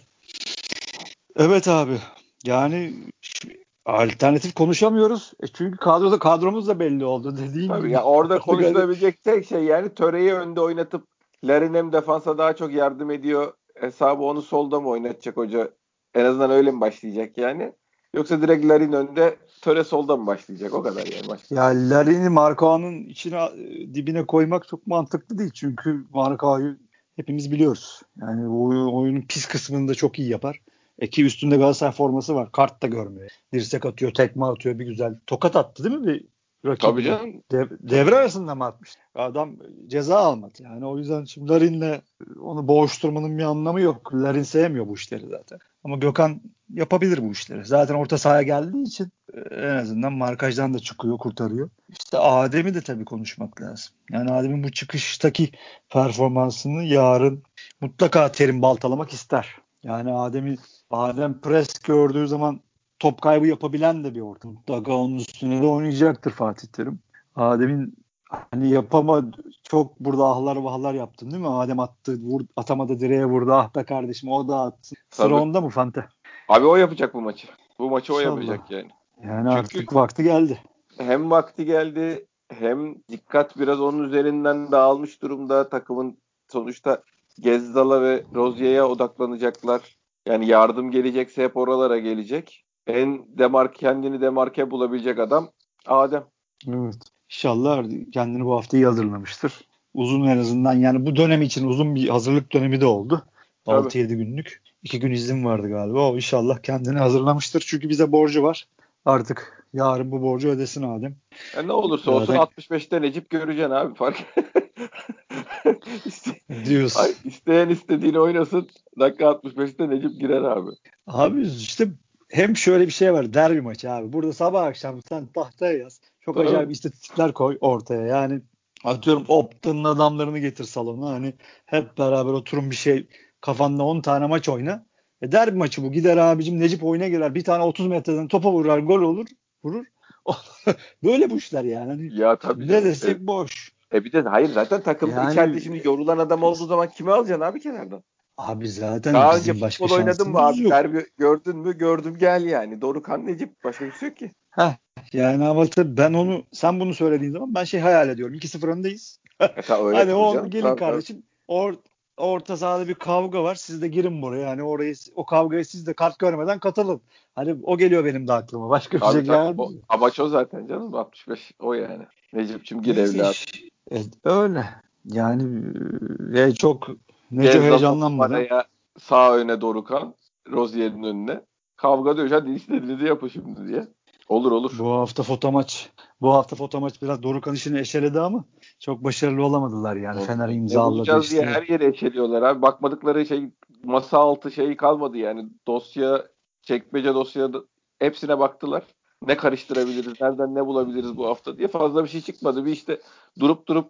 Speaker 2: Evet abi. Yani alternatif konuşamıyoruz. Çünkü kadromuz da belli oldu dediğin
Speaker 1: Tabii
Speaker 2: gibi.
Speaker 1: ya orada
Speaker 2: Artık hani
Speaker 1: konuşulabilecek tek şey yani Töre'yi önde oynatıp Larin hem defansa daha çok yardım ediyor. Hesabı onu solda mı oynatacak hoca? En azından öyle mi başlayacak yani? Yoksa direkt Larin önde Töre solda mı başlayacak? O kadar yani maç.
Speaker 2: ya Larin'i Marcao'nun içine dibine koymak çok mantıklı değil. Çünkü Marcao'yu hepimiz biliyoruz. Yani oyunun pis kısmını da çok iyi yapar. Ki üstünde Galatasaray forması var. Kart da görmüyor. Dirsek atıyor, tekme atıyor bir güzel. Tokat attı değil mi bir
Speaker 1: Tabii
Speaker 2: rakibine?
Speaker 1: canım. Tabii
Speaker 2: Devre
Speaker 1: canım.
Speaker 2: arasında mı atmış? Adam ceza almadı. Yani o yüzden şimdi Larin'le onu boğuşturmanın bir anlamı yok. Larin sevmiyor bu işleri zaten. Ama Gökhan yapabilir bu işleri. Zaten orta sahaya geldiği için en azından markajdan da çıkıyor, kurtarıyor. İşte Adem'i de tabii konuşmak lazım. Yani Adem'in bu çıkıştaki performansını yarın mutlaka Terim baltalamak ister. Yani Adem pres gördüğü zaman top kaybı yapabilen de bir ortam. Mutlaka onun üstüne de oynayacaktır Fatih Terim. Adem'in hani çok burada ahlar vahlar yaptın değil mi? Adem attı, atamadı direğe vurdu. Ah be kardeşim o da atsın. Sıra
Speaker 1: Tabii.
Speaker 2: onda mı Fante?
Speaker 1: Abi o yapacak bu maçı. Bu maçı o
Speaker 2: İnşallah.
Speaker 1: yapacak yani.
Speaker 2: Yani
Speaker 1: Çünkü
Speaker 2: artık vakti geldi.
Speaker 1: hem vakti geldi hem dikkat biraz onun üzerinden dağılmış durumda. Takımın sonuçta Gezzal'a ve Rozier'e odaklanacaklar. Yani yardım gelecekse hep oralara gelecek. Kendini demarke bulabilecek adam Adem.
Speaker 2: Evet. İnşallah kendini bu hafta iyi hazırlamıştır. Uzun en azından yani bu dönem için uzun bir hazırlık dönemi de oldu.
Speaker 1: Tabii.
Speaker 2: 6-7 günlük. 2 gün izin vardı galiba. O inşallah kendini hazırlamıştır. Çünkü bize borcu var. Artık yarın bu borcu ödesin Adem.
Speaker 1: Ne olursa olsun
Speaker 2: Zaten
Speaker 1: 65'te Necip göreceksin abi fark. İste-
Speaker 2: diyoruz.
Speaker 1: İsteyen istediğini oynasın. Dakika 65'te Necip girer abi.
Speaker 2: Abi işte hem şöyle bir şey var. Derbi maçı abi. Burada sabah akşam sen tahtaya yaz. Çok acayip
Speaker 1: Tabii.
Speaker 2: istatistikler koy ortaya. Yani atıyorum Opta'nın adamlarını getir salona. Hani hep beraber oturun bir şey kafanda 10 tane maç oyna. Derbi maçı bu. Gider abicim Necip oyuna girer. Bir tane 30 metreden topa vurur. Gol olur. Vurur. Böyle bu işler yani. Hani
Speaker 1: Ya tabii
Speaker 2: ne
Speaker 1: canım.
Speaker 2: desek boş.
Speaker 1: Bir de hayır zaten takımda içeride
Speaker 2: Yani
Speaker 1: şimdi yorulan adam olduğu zaman kimi alacaksın abi kenardan?
Speaker 2: abi zaten
Speaker 1: Daha önce
Speaker 2: bizim başka
Speaker 1: futbol oynadın mı
Speaker 2: şansımız
Speaker 1: abi?
Speaker 2: yok.
Speaker 1: Derbi gördün mü? Gördüm gel yani. Dorukhan Necip. Başka bir şey yok ki.
Speaker 2: Heh, yani ama tabii ben onu sen bunu söylediğin zaman ben şey hayal ediyorum. 2-0 öndeyiz.
Speaker 1: Öyle
Speaker 2: Hani
Speaker 1: tabii
Speaker 2: o
Speaker 1: canım.
Speaker 2: gelin
Speaker 1: Tabii, tabii.
Speaker 2: kardeşim orta sahada bir kavga var. Siz de girin buraya. Hani orayı o kavgaya siz de kart görmeden katılın. Hani o geliyor benim de aklıma. Başka bir şey
Speaker 1: Tabii, tabii.
Speaker 2: gelmiyor.
Speaker 1: Amaç o zaten canım. 65 o yani. Necip'cim gir
Speaker 2: Neyse
Speaker 1: evladım.
Speaker 2: öyle. Yani çok Neco
Speaker 1: Gezal 10
Speaker 2: heyecanlanmadan
Speaker 1: numaraya sağ öne Dorukhan. Rozier'in önüne. Kavga dövüş. Hadi istediğinizi yapın şimdi diye. Olur, olur.
Speaker 2: bu hafta foto maç biraz Dorukhan işini eşeledi ama çok başarılı olamadılar yani. Fener
Speaker 1: Ne
Speaker 2: imzaladı
Speaker 1: bulacağız diye
Speaker 2: işte.
Speaker 1: her yere eşeliyorlar abi. Bakmadıkları şey masa altı şey kalmadı yani. Dosya, çekmece dosya hepsine baktılar. Ne karıştırabiliriz, nereden ne bulabiliriz bu hafta diye fazla bir şey çıkmadı. Bir işte durup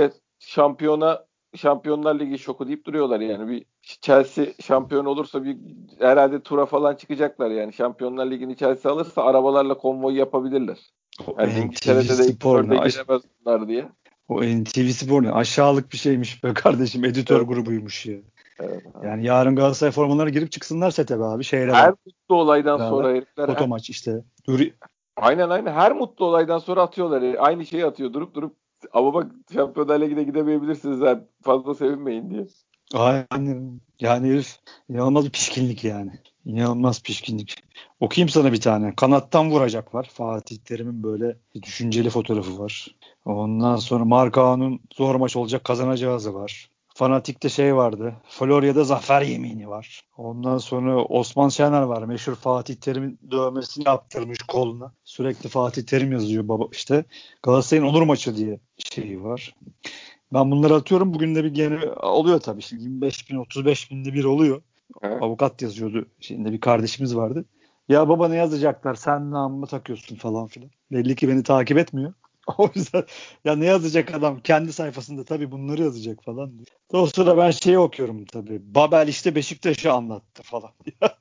Speaker 1: Şampiyonlar Ligi şoku deyip duruyorlar yani. Bir Chelsea şampiyon olursa bir herhalde tura falan çıkacaklar yani. Şampiyonlar Ligi'ni Chelsea alırsa arabalarla konvoy yapabilirler.
Speaker 2: O
Speaker 1: Yani
Speaker 2: NTV
Speaker 1: İngiltere'de de ilk
Speaker 2: Spor ne?
Speaker 1: dörde giremez bunlar diye.
Speaker 2: O NTV Spor ne? Aşağılık bir şeymiş be kardeşim. Editör
Speaker 1: Evet,
Speaker 2: grubuymuş ya.
Speaker 1: evet.
Speaker 2: Yani yarın Galatasaray formalarına girip çıksınlar sete be abi. Şeyle
Speaker 1: Her mutlu olaydan
Speaker 2: beraber.
Speaker 1: sonra herifler
Speaker 2: Foto maç işte. Nuri,
Speaker 1: aynen her mutlu olaydan sonra atıyorlar. Aynı şeyi atıyor durup ama bak Şampiyonlar Ligi'ne gidemeyebilirsiniz ha, fazla sevinmeyin diye.
Speaker 2: aynen. Yani herif inanılmaz bir pişkinlik yani. İnanılmaz pişkinlik. Okuyayım sana bir tane. Kanattan vuracak var. Fatih Terim'in böyle bir düşünceli fotoğrafı var. Ondan sonra Markao'nun zor maç olacak kazanacağızı var. Fanatik'te şey vardı. Florya'da zafer yemini var. Ondan sonra Osman Şener var. Meşhur Fatih Terim'in dövmesini yaptırmış koluna. Sürekli Fatih Terim yazıyor baba işte. Galatasaray'ın onur maçı diye şeyi var. Ben bunları atıyorum. Bugün de bir gene oluyor tabii. Şimdi 25 bin, 35 binde bir oluyor.
Speaker 1: Ha?
Speaker 2: Avukat yazıyordu. Şimdi bir kardeşimiz vardı. Ya baba ne yazacaklar? Sen namımı takıyorsun falan filan. Belli ki beni takip etmiyor. O yüzden ya ne yazacak adam? Kendi sayfasında tabii bunları yazacak falan diyor. O sıra ben şeyi okuyorum tabii. Babel işte Beşiktaş'ı anlattı falan.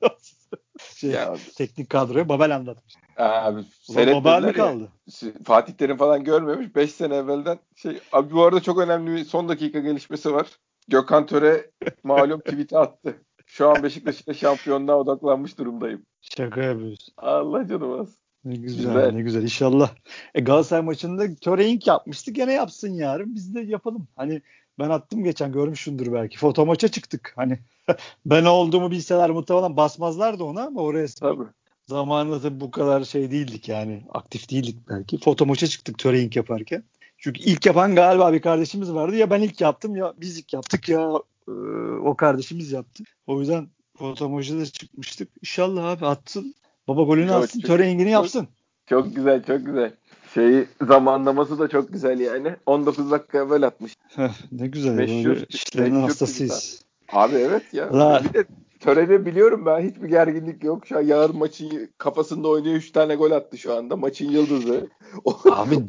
Speaker 2: şey,
Speaker 1: Ya
Speaker 2: teknik kadroya Babel anlatmış.
Speaker 1: abi
Speaker 2: Ulan Babel mi
Speaker 1: seyretmediler ya.
Speaker 2: kaldı?
Speaker 1: Fatih Terim falan görmemiş. 5 sene evvelden abi bu arada çok önemli bir son dakika gelişmesi var. Gökhan Töre malum tweet'i attı. Şu an Beşiktaş'ın şampiyonluğa odaklanmış durumdayım.
Speaker 2: Şaka yapıyorsun.
Speaker 1: Allah canım az.
Speaker 2: Ne güzel,
Speaker 1: Güzel.
Speaker 2: ne güzel. İnşallah. Galatasaray maçında Töreink yapmıştı. Gene yapsın yarın. Biz de yapalım. Hani ben attım geçen görmüşsündür belki. Foto maça çıktık. Hani ben olduğumu bilseler muhtemelen basmazlardı ona ama oraya
Speaker 1: Tabii.
Speaker 2: zamanında tabii bu kadar şey değildik yani. Aktif değildik belki. Foto maça çıktık Töreink yaparken. Çünkü ilk yapan galiba bir kardeşimiz vardı. Ya ben ilk yaptım ya biz ilk yaptık ya o kardeşimiz yaptı. O yüzden foto maça da çıkmıştık. İnşallah abi atsın. Baba golünü
Speaker 1: Çok,
Speaker 2: atsın. Töreink'ini
Speaker 1: çok,
Speaker 2: yapsın.
Speaker 1: çok güzel, çok güzel. Zamanlaması da çok güzel yani. 19 dakika evvel atmış.
Speaker 2: Ne güzel ya
Speaker 1: Meşhur,
Speaker 2: böyle işlerin
Speaker 1: meşhur tweet abi.
Speaker 2: hastasıyız.
Speaker 1: Abi evet ya.
Speaker 2: La
Speaker 1: Bir de törede biliyorum ben hiçbir gerginlik yok. Şu an yarın maçın kafasında oynuyor 3 tane gol attı şu anda. Maçın yıldızı.
Speaker 2: abi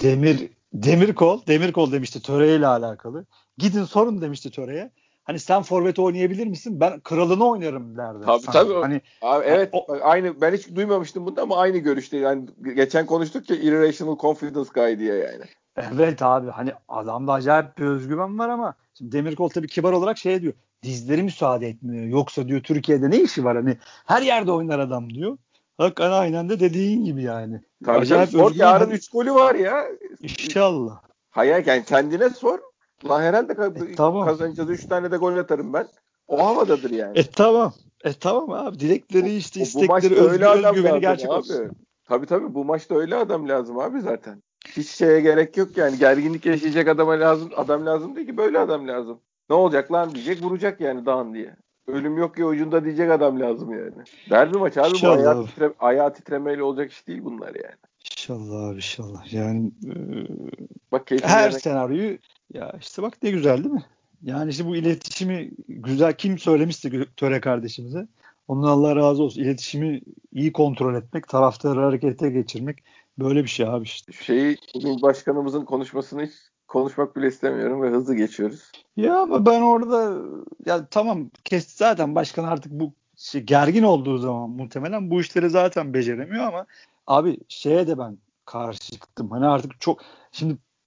Speaker 2: Demirkol demişti Töre ile alakalı. Gidin sorun demişti Töre'ye. Hani sen forvet oynayabilir misin? Ben kralını oynarım derdi
Speaker 1: Tabii, tabii.
Speaker 2: sanki. Hani
Speaker 1: Abi evet
Speaker 2: o
Speaker 1: bak aynı ben hiç duymamıştım bunu ama aynı görüşte. Yani geçen konuştuk ya Irrational Confidence Guy diye yani.
Speaker 2: evet abi hani adamda acayip bir özgüven var ama şimdi Demirkol tabii kibar olarak şey diyor. Dizleri müsaade etmiyor. Yoksa diyor Türkiye'de ne işi var hani her yerde oynar adam diyor. Hakikaten aynen de dediğin gibi yani.
Speaker 1: Tabii, tabii.
Speaker 2: Acayip
Speaker 1: Sor
Speaker 2: özgüven
Speaker 1: yarın
Speaker 2: hadi
Speaker 1: 3 golü var ya.
Speaker 2: inşallah.
Speaker 1: Hayal yani kendine sor. Lan herhalde
Speaker 2: Tamam.
Speaker 1: kazanacağız. 3 tane de gol atarım ben. O havadadır yani.
Speaker 2: Tamam. Tamam abi. Dilekleri işte
Speaker 1: Bu
Speaker 2: istekleri
Speaker 1: maçta öyle adam
Speaker 2: özgüveni
Speaker 1: lazım
Speaker 2: gerçek
Speaker 1: abi.
Speaker 2: olsun.
Speaker 1: Tabii, tabii bu maçta öyle adam lazım abi zaten. Hiç şeye gerek yok yani. Gerginlik yaşayacak adam lazım değil ki böyle adam lazım. Ne olacak lan diyecek vuracak yani dağın diye. Ölüm yok ya ucunda diyecek adam lazım yani. Derbi maç abi bu
Speaker 2: İnşallah abi.
Speaker 1: ayağı titremeyle olacak iş değil bunlar yani.
Speaker 2: İnşallah abi inşallah. Yani
Speaker 1: Bak keyfim
Speaker 2: her
Speaker 1: yerine.
Speaker 2: senaryoyu ya işte bak ne güzel değil mi? Yani işte bu iletişimi güzel kim söylemişse Töre kardeşimize. Onun Allah razı olsun. İletişimi iyi kontrol etmek, taraftarı harekete geçirmek böyle bir şey abi işte.
Speaker 1: Bugün başkanımızın konuşmasını hiç konuşmak bile istemiyorum ve hızlı geçiyoruz.
Speaker 2: Ya ama ben orada ya tamam kes zaten başkan artık bu gergin olduğu zaman muhtemelen bu işleri zaten beceremiyor ama abi şeye de ben karşı çıktım. Hani artık çok şimdi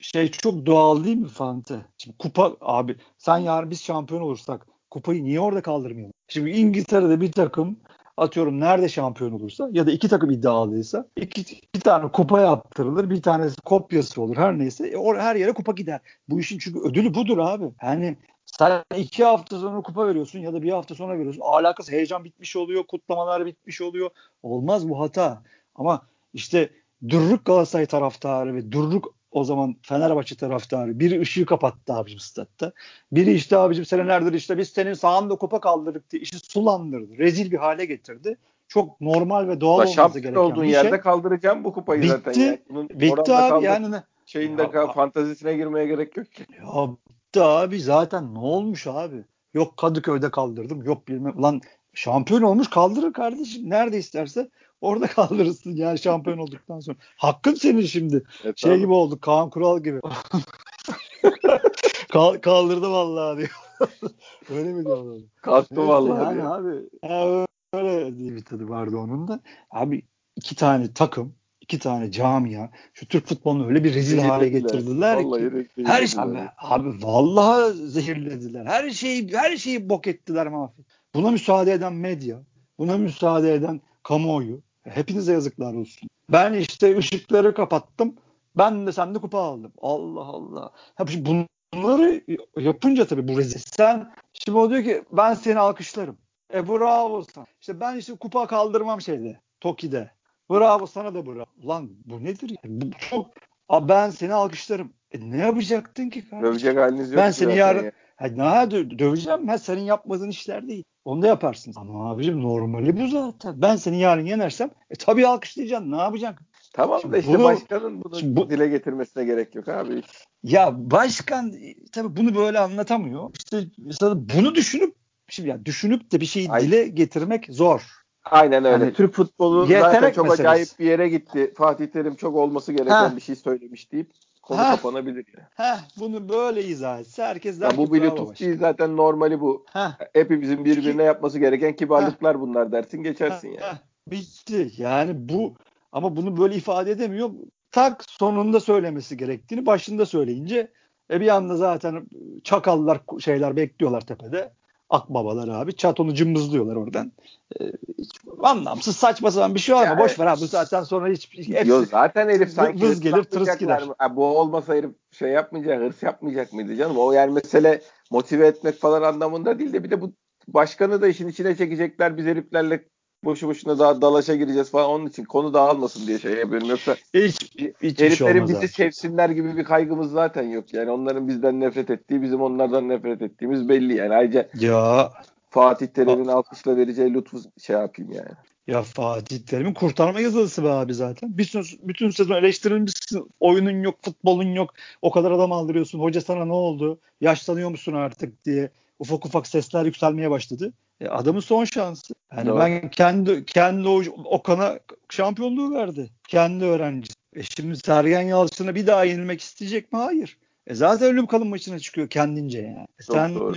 Speaker 2: çok doğal değil mi Fante? Şimdi kupa abi, sen yarın biz şampiyon olursak kupayı niye orada kaldırmayalım? Şimdi İngiltere'de bir takım, atıyorum nerede şampiyon olursa ya da iki takım iddialıysa bir tane kupa yaptırılır, bir tanesi kopyası olur, her neyse. Her yere kupa gider. Bu işin çünkü ödülü budur abi. Yani sen 2 hafta sonra kupa veriyorsun ya da bir hafta sonra veriyorsun. Alakası, heyecan bitmiş oluyor, kutlamalar bitmiş oluyor. Olmaz, bu hata. Ama işte Durruk Galatasaray taraftarı ve Durruk o zaman Fenerbahçe taraftarı biri ışığı kapattı abicim statta. Biri işte abicim senelerdir işte biz senin sağında kupa kaldırdık diye işi sulandırdı. Rezil bir hale getirdi. Çok normal ve doğal
Speaker 1: La
Speaker 2: olması
Speaker 1: şampiyon olduğun
Speaker 2: gereken bir şey.
Speaker 1: yerde kaldıracağım bu kupayı zaten yani.
Speaker 2: Bitti.
Speaker 1: Bunun
Speaker 2: Bitti
Speaker 1: oranda
Speaker 2: abi
Speaker 1: kaldır
Speaker 2: yani
Speaker 1: şeyinde
Speaker 2: ya,
Speaker 1: fantazisine girmeye gerek yok ki.
Speaker 2: ya bitti abi, zaten ne olmuş abi? Yok Kadıköy'de kaldırdım. Yok bilmem. Lan şampiyon olmuş, kaldırır kardeşim. Nerede isterse orada kaldırırsın yani şampiyon olduktan sonra. Hakkın senin şimdi. Şey
Speaker 1: Tabii.
Speaker 2: gibi oldu, Kaan Kural gibi. Kaldırdı vallahi diyor. Öyle mi diyorlar?
Speaker 1: Kalktı
Speaker 2: Neyse
Speaker 1: vallahi
Speaker 2: yani
Speaker 1: diye.
Speaker 2: abi. Öyle diye bir tadı vardı onun da. Abi, iki tane takım, iki tane camia şu Türk futbolunu öyle bir rezil hale
Speaker 1: Zehirlediler.
Speaker 2: getirdiler
Speaker 1: Vallahi
Speaker 2: ki her
Speaker 1: zehirlediler.
Speaker 2: abi vallahi zehirlediler. Her şeyi bok ettiler, mahvet. Buna müsaade eden medya, buna müsaade eden kamuoyu. Hepinize yazıklar olsun. Ben işte ışıkları kapattım. Ben de sende kupa aldım. Allah Allah. Ha, şimdi bunları yapınca tabii bu rezil. Sen şimdi, o diyor ki ben seni alkışlarım. Bravo sana. İşte ben işte kupa kaldırmam şeyde. Toki'de. Bravo sana da bravo. Ulan bu nedir ya? Bu çok. Ben seni alkışlarım. Ne yapacaktın ki
Speaker 1: Dövecek
Speaker 2: kardeşim?
Speaker 1: haliniz yok
Speaker 2: Ben
Speaker 1: ki
Speaker 2: seni
Speaker 1: zaten
Speaker 2: yarın
Speaker 1: ya.
Speaker 2: döveceğim. Senin yapmadığın işler değil. Onu da yaparsın. Ama abicim normali bu zaten. Ben seni yarın yenersem tabii alkışlayacaksın. Ne yapacaksın?
Speaker 1: Tamam da
Speaker 2: Şimdi
Speaker 1: işte
Speaker 2: bunu
Speaker 1: başkanın bunu
Speaker 2: şimdi bu
Speaker 1: dile getirmesine gerek yok abi.
Speaker 2: ya başkan tabii bunu böyle anlatamıyor. İşte mesela bunu düşünüp de bir şeyi
Speaker 1: Ay,
Speaker 2: dile getirmek zor.
Speaker 1: aynen öyle.
Speaker 2: Yani
Speaker 1: Türk futbolu zaten
Speaker 2: yetenek
Speaker 1: çok
Speaker 2: meselesi.
Speaker 1: acayip bir yere gitti. Fatih Terim çok olması gereken
Speaker 2: Ha
Speaker 1: bir şey söylemiş deyip konu
Speaker 2: ha
Speaker 1: kapanabilir ya.
Speaker 2: bunu böyle izah etse herkes
Speaker 1: Ya
Speaker 2: der
Speaker 1: bu
Speaker 2: ki
Speaker 1: bir
Speaker 2: bravo
Speaker 1: lütuf değil
Speaker 2: başkan.
Speaker 1: zaten normali bu.
Speaker 2: Ha
Speaker 1: Hepimizin birbirine
Speaker 2: ki
Speaker 1: yapması gereken
Speaker 2: ha
Speaker 1: kibarlıklar bunlar dersin geçersin yani.
Speaker 2: bitti. Yani bu, ama bunu böyle ifade edemiyor. Tak sonunda söylemesi gerektiğini başında söyleyince bir anda zaten çakallar şeyler bekliyorlar tepede. Akbabalar abi. Çatonu cımbızlıyorlar oradan. Hiç anlamsız saçma sapan bir şey var
Speaker 1: Ya
Speaker 2: mı? Boş ver abi, bu saatten sonra
Speaker 1: yo
Speaker 2: hepsi
Speaker 1: zaten herif sanki
Speaker 2: vız gelir tırıs
Speaker 1: hırslanmayacaklar
Speaker 2: gider.
Speaker 1: mı? Ha, bu olmasa herif şey yapmayacak, hırs yapmayacak mıydı canım? O yani mesele motive etmek falan anlamında değil de bir de bu başkanı da işin içine çekecekler. Biz heriflerle boşu boşuna daha dalaşa gireceğiz falan. Onun için konu dağılmasın diye şey yapıyorum. Yoksa
Speaker 2: Hiçbir şey
Speaker 1: heriflerin
Speaker 2: olmaz
Speaker 1: bizi
Speaker 2: abi.
Speaker 1: sevsinler gibi bir kaygımız zaten yok. Yani onların bizden nefret ettiği, bizim onlardan nefret ettiğimiz belli yani. Ayrıca
Speaker 2: Ya
Speaker 1: Fatih Terim'in alkışla vereceği lütfu şey yapayım yani.
Speaker 2: Ya Fatih Terim'in kurtarma yazılısı be abi zaten. Bütün sezon eleştirilmişsin. Oyunun yok, futbolun yok. O kadar adam aldırıyorsun. Hoca sana ne oldu? Yaşlanıyor musun artık diye ufak ufak sesler yükselmeye başladı. Adamın son şansı. Yani
Speaker 1: Doğru.
Speaker 2: ben kendi Okan'a şampiyonluğu verdi. Kendi öğrencisi. Şimdi Sergen Yalçın'a bir daha yenilmek isteyecek mi? Hayır. Zaten ölüm kalım maçına çıkıyor kendince yani.
Speaker 1: Çok
Speaker 2: Sen
Speaker 1: doğru.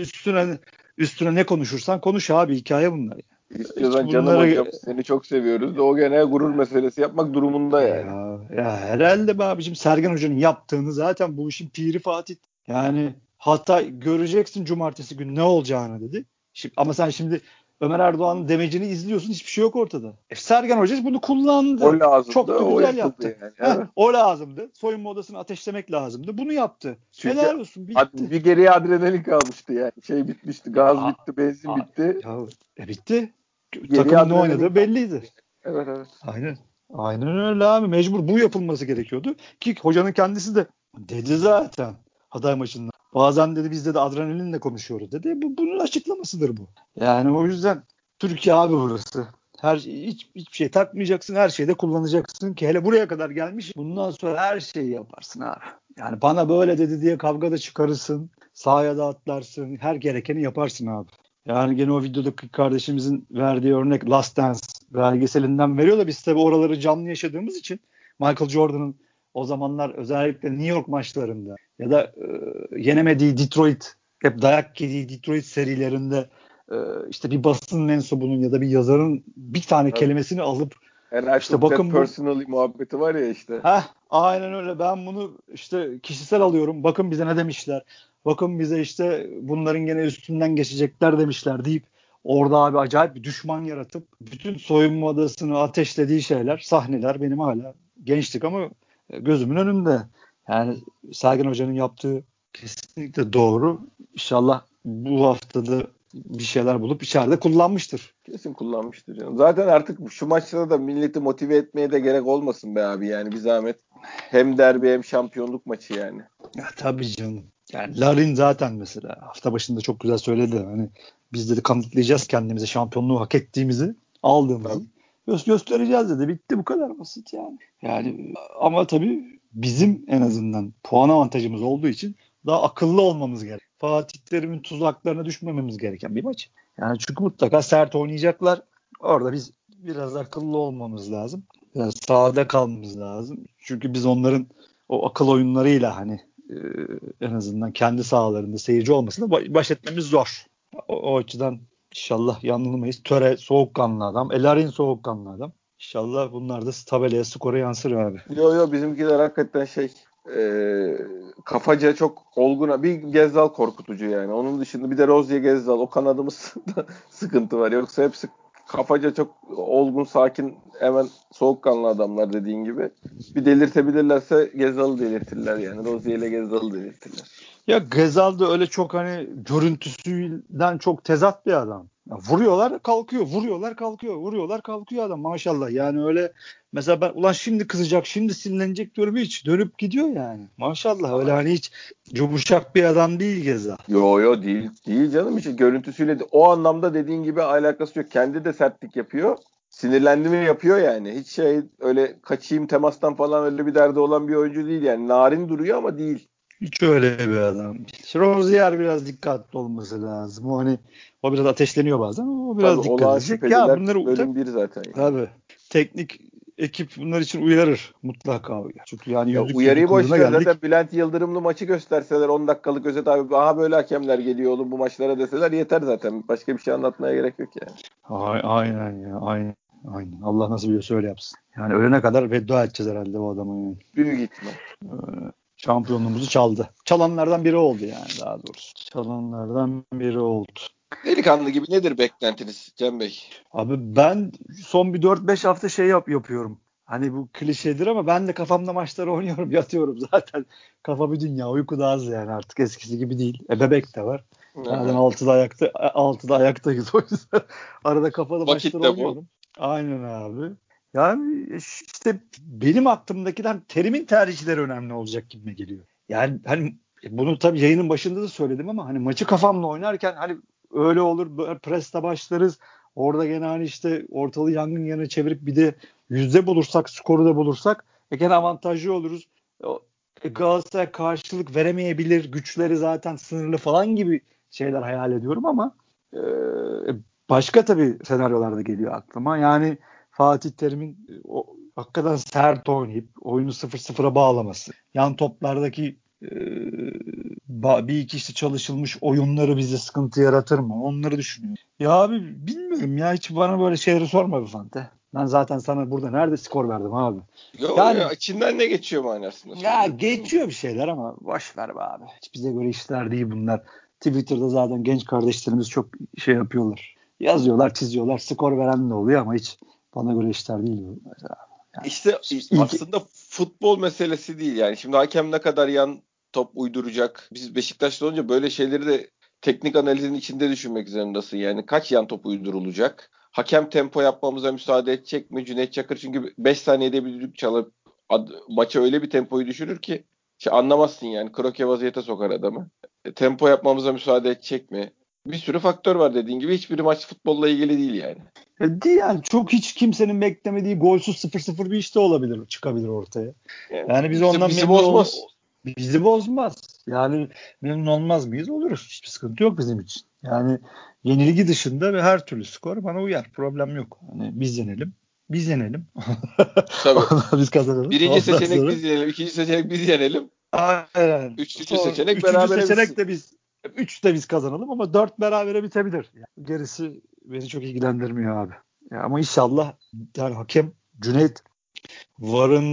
Speaker 2: üstüne ne konuşursan konuş abi, hikaye bunlar. Hiç
Speaker 1: İstiyorsan canım
Speaker 2: bunları
Speaker 1: hocam seni çok seviyoruz da o gene gurur meselesi yapmak durumunda yani.
Speaker 2: ya herhalde be abicim, Sergen Hoca'nın yaptığını zaten bu işin piri Fatih. Yani Hatay göreceksin cumartesi günü ne olacağını dedi. Ama sen şimdi Ömer Erdoğan'ın demecini izliyorsun, hiçbir şey yok ortada. Sergen Hoca bunu
Speaker 1: O
Speaker 2: kullandı.
Speaker 1: lazımdı,
Speaker 2: Çok da
Speaker 1: o
Speaker 2: güzel
Speaker 1: yapıldı
Speaker 2: yaptı.
Speaker 1: yani. Evet.
Speaker 2: O lazımdı. Soyunma odasını ateşlemek lazımdı. Bunu yaptı.
Speaker 1: Çünkü
Speaker 2: Helal olsun, bitti.
Speaker 1: bir geriye adrenalin kalmıştı yani. Şey bitmişti, gaz
Speaker 2: Ya,
Speaker 1: bitti, benzin bitti.
Speaker 2: ya, bitti.
Speaker 1: Geriye
Speaker 2: Takımın ne
Speaker 1: adrenalin
Speaker 2: oynadığı
Speaker 1: kalmıştı
Speaker 2: belliydi.
Speaker 1: yani. Evet evet.
Speaker 2: Aynen. Aynen öyle abi. Mecbur bu yapılması gerekiyordu. Ki hocanın kendisi de dedi zaten Hatay maçında. Bazen dedi biz de adrenalinle konuşuyoruz dedi. Bunun açıklamasıdır bu. Yani o yüzden Türkiye abi burası. Hiçbir şey takmayacaksın. Her şeyde kullanacaksın ki hele buraya kadar gelmiş. Bundan sonra her şeyi yaparsın abi. Yani bana böyle dedi diye kavga da çıkarırsın. Sahaya da atlarsın. Her gerekeni yaparsın abi. Yani gene o videodaki kardeşimizin verdiği örnek Last Dance belgeselinden veriyor da biz tabii oraları canlı yaşadığımız için Michael Jordan'ın o zamanlar özellikle New York maçlarında ya da yenemediği Detroit, hep dayak yediği Detroit serilerinde işte bir basın mensubunun ya da bir yazarın bir tane
Speaker 1: Tabii.
Speaker 2: kelimesini alıp
Speaker 1: And I
Speaker 2: işte
Speaker 1: took that
Speaker 2: bakın bu
Speaker 1: personally muhabbeti var ya işte.
Speaker 2: ha Aynen öyle. Ben bunu işte kişisel alıyorum. Bakın bize ne demişler. Bakın bize işte bunların gene üstünden geçecekler demişler deyip orada abi acayip bir düşman yaratıp bütün soyunma odasını ateşlediği şeyler, sahneler benim hala gençlik ama gözümün önünde. Yani Sergen Hoca'nın yaptığı kesinlikle doğru. İnşallah bu haftada bir şeyler bulup içeride kullanmıştır.
Speaker 1: Kesin kullanmıştır canım. Zaten artık şu maçlarda da milleti motive etmeye de gerek olmasın be abi, yani bir zahmet. Hem derbi hem şampiyonluk maçı yani.
Speaker 2: Ya tabii canım. Yani Larin zaten mesela hafta başında çok güzel söyledi. Hani biz dedi kanıtlayacağız kendimize şampiyonluğu hak ettiğimizi, aldığımızı.
Speaker 1: Tabii.
Speaker 2: Göstereceğiz dedi. Bitti bu kadar basit yani. Yani ama tabii bizim en azından puan avantajımız olduğu için daha akıllı olmamız gerek. Fatih Terim'in tuzaklarına düşmememiz gereken bir maç. Yani çünkü mutlaka sert oynayacaklar. Orada biz biraz akıllı olmamız lazım. Biraz sağda kalmamız lazım. Çünkü biz onların o akıl oyunlarıyla hani e, en azından kendi sahalarında seyirci olmasına baş etmemiz zor. O açıdan inşallah yanılmayız. Töre soğukkanlı adam. Elarin soğukkanlı adam. İnşallah bunlar da tabelaya, skora yansır abi.
Speaker 1: Yo bizimkiler hakikaten kafaca çok olgun. Bir Gezzal korkutucu yani. Onun dışında bir de Rozier, Gezzal, o kanadımız sıkıntı var. Yoksa hepsi kafaca çok olgun, sakin, hemen soğukkanlı adamlar dediğin gibi. Bir delirtebilirlerse Gezzal'ı delirtirler yani. Rozier ile Gezzal'ı delirtirler.
Speaker 2: Ya Gezal da öyle çok hani görüntüsünden çok tezat bir adam. Ya vuruyorlar kalkıyor, vuruyorlar kalkıyor, vuruyorlar kalkıyor adam maşallah. Yani öyle mesela ben ulan şimdi kızacak, şimdi sinirlenecek diyorum hiç dönüp gidiyor yani. Maşallah öyle hani hiç yumuşak bir adam değil Gezal.
Speaker 1: Yo değil. Değil canım, işte görüntüsüyle de, o anlamda dediğin gibi alakası yok. Kendi de sertlik yapıyor. Sinirlendi mi yapıyor yani. Hiç öyle kaçayım temastan falan öyle bir derdi olan bir oyuncu değil yani. Narin duruyor ama değil.
Speaker 2: Hiç öyle bir adam değil. Rozier biraz dikkatli olması lazım. O hani o biraz ateşleniyor bazen ama o
Speaker 1: Tabii
Speaker 2: biraz dikkat
Speaker 1: olağan
Speaker 2: edecek. Ya
Speaker 1: şüpheliler
Speaker 2: bunları
Speaker 1: bölüm bir zaten yani.
Speaker 2: tabii teknik ekip bunlar için uyarır mutlaka uyar. Çünkü yani
Speaker 1: Ya
Speaker 2: yüzlük
Speaker 1: uyarıyı boş
Speaker 2: kılığına
Speaker 1: ver, zaten
Speaker 2: geldik.
Speaker 1: Bülent Yıldırımlı maçı gösterseler 10 dakikalık özet, abi aha böyle hakemler geliyor oğlum bu maçlara deseler yeter zaten. Başka bir şey anlatmaya gerek yok yani.
Speaker 2: Aynen ya aynen. Aynen. Allah nasıl biliyorsa öyle yapsın. Yani ölene kadar beddua edeceğiz herhalde bu adama yani.
Speaker 1: Büyük ihtimal.
Speaker 2: Şampiyonluğumuzu çaldı. Çalanlardan biri oldu yani daha doğrusu. Çalanlardan biri oldu.
Speaker 1: Delikanlı gibi nedir beklentiniz Cem Bey?
Speaker 2: Abi ben son bir 4-5 hafta şey yapıyorum. Hani bu klişedir ama ben de kafamda maçları oynuyorum, yatıyorum zaten. Kafa bir dünya, uyku da az yani artık eskisi gibi değil. Bebek de var. Zaten
Speaker 1: Aha.
Speaker 2: 6'da ayaktayız o yüzden. Arada kafalı
Speaker 1: Vakit
Speaker 2: maçları
Speaker 1: de bol.
Speaker 2: oynuyorum. Aynen abi. Yani işte benim aklımdakiler terimin tercihleri önemli olacak gibime geliyor. Yani hani bunu tabii yayının başında da söyledim ama hani maçı kafamla oynarken hani öyle olur böyle preste başlarız. Orada gene hani işte ortalığı yangın yerine çevirip bir de yüzde bulursak, skoru da bulursak gene avantajlı oluruz. Galatasaray karşılık veremeyebilir, güçleri zaten sınırlı falan gibi şeyler hayal ediyorum ama e, başka tabii senaryolar da geliyor aklıma. Yani Fatih Terim'in hakikaten sert oynayıp oyunu 0-0'a bağlaması. Yan toplardaki bir iki işte çalışılmış oyunları bize sıkıntı yaratır mı? Onları düşünüyorum. Ya abi bilmiyorum ya hiç bana böyle şeyleri sorma bir Fante. Ben zaten sana burada nerede skor verdim abi.
Speaker 1: Yo
Speaker 2: Yani
Speaker 1: içinden ne geçiyor manasında
Speaker 2: ya
Speaker 1: soruyorum canım.
Speaker 2: geçiyor bir şeyler ama boş ver be abi. Hiç bize göre işler değil bunlar. Twitter'da zaten genç kardeşlerimiz çok şey yapıyorlar. Yazıyorlar, çiziyorlar. Skor veren de oluyor ama hiç bana göre işler değil bu mesela. Yani
Speaker 1: İşte
Speaker 2: ilk
Speaker 1: aslında futbol meselesi değil yani. Şimdi hakem ne kadar yan top uyduracak. Biz Beşiktaş'ta olunca böyle şeyleri de teknik analizin içinde düşünmek zorundasın. Yani kaç yan top uydurulacak? Hakem tempo yapmamıza müsaade edecek mi? Cüneyt Çakır çünkü 5 saniyede bir düdük çalıp maça öyle bir tempoyu düşürür ki anlamazsın yani. Kroke vaziyete sokar adamı. Tempo yapmamıza müsaade edecek mi? Bir sürü faktör var dediğin gibi. Hiçbiri maç futbolla ilgili değil yani.
Speaker 2: değil yani çok hiç kimsenin beklemediği golsüz 0-0 bir işte olabilir, çıkabilir ortaya.
Speaker 1: Yani
Speaker 2: Yani biz ondan
Speaker 1: bizi
Speaker 2: memnun
Speaker 1: bozmaz.
Speaker 2: bizi bozmaz. Yani memnun olmaz mıyız? Oluruz. Hiçbir sıkıntı yok bizim için. Yani yenilgi dışında ve her türlü skor bana uyar. Problem yok. Hani biz yenelim. Biz yenelim.
Speaker 1: Tabii.
Speaker 2: Biz kazanalım.
Speaker 1: Birinci
Speaker 2: Ondan
Speaker 1: seçenek
Speaker 2: sonra
Speaker 1: biz yenelim. İkinci seçenek biz yenelim.
Speaker 2: aynen.
Speaker 1: Üçüncü
Speaker 2: Sonra
Speaker 1: seçenek
Speaker 2: üçüncü
Speaker 1: berabere
Speaker 2: seçenek
Speaker 1: bitsin.
Speaker 2: de biz üç de biz kazanalım ama dört berabere bitebilir. Yani gerisi beni çok ilgilendirmiyor abi. Ya ama inşallah yani hakem Cüneyt VAR'ın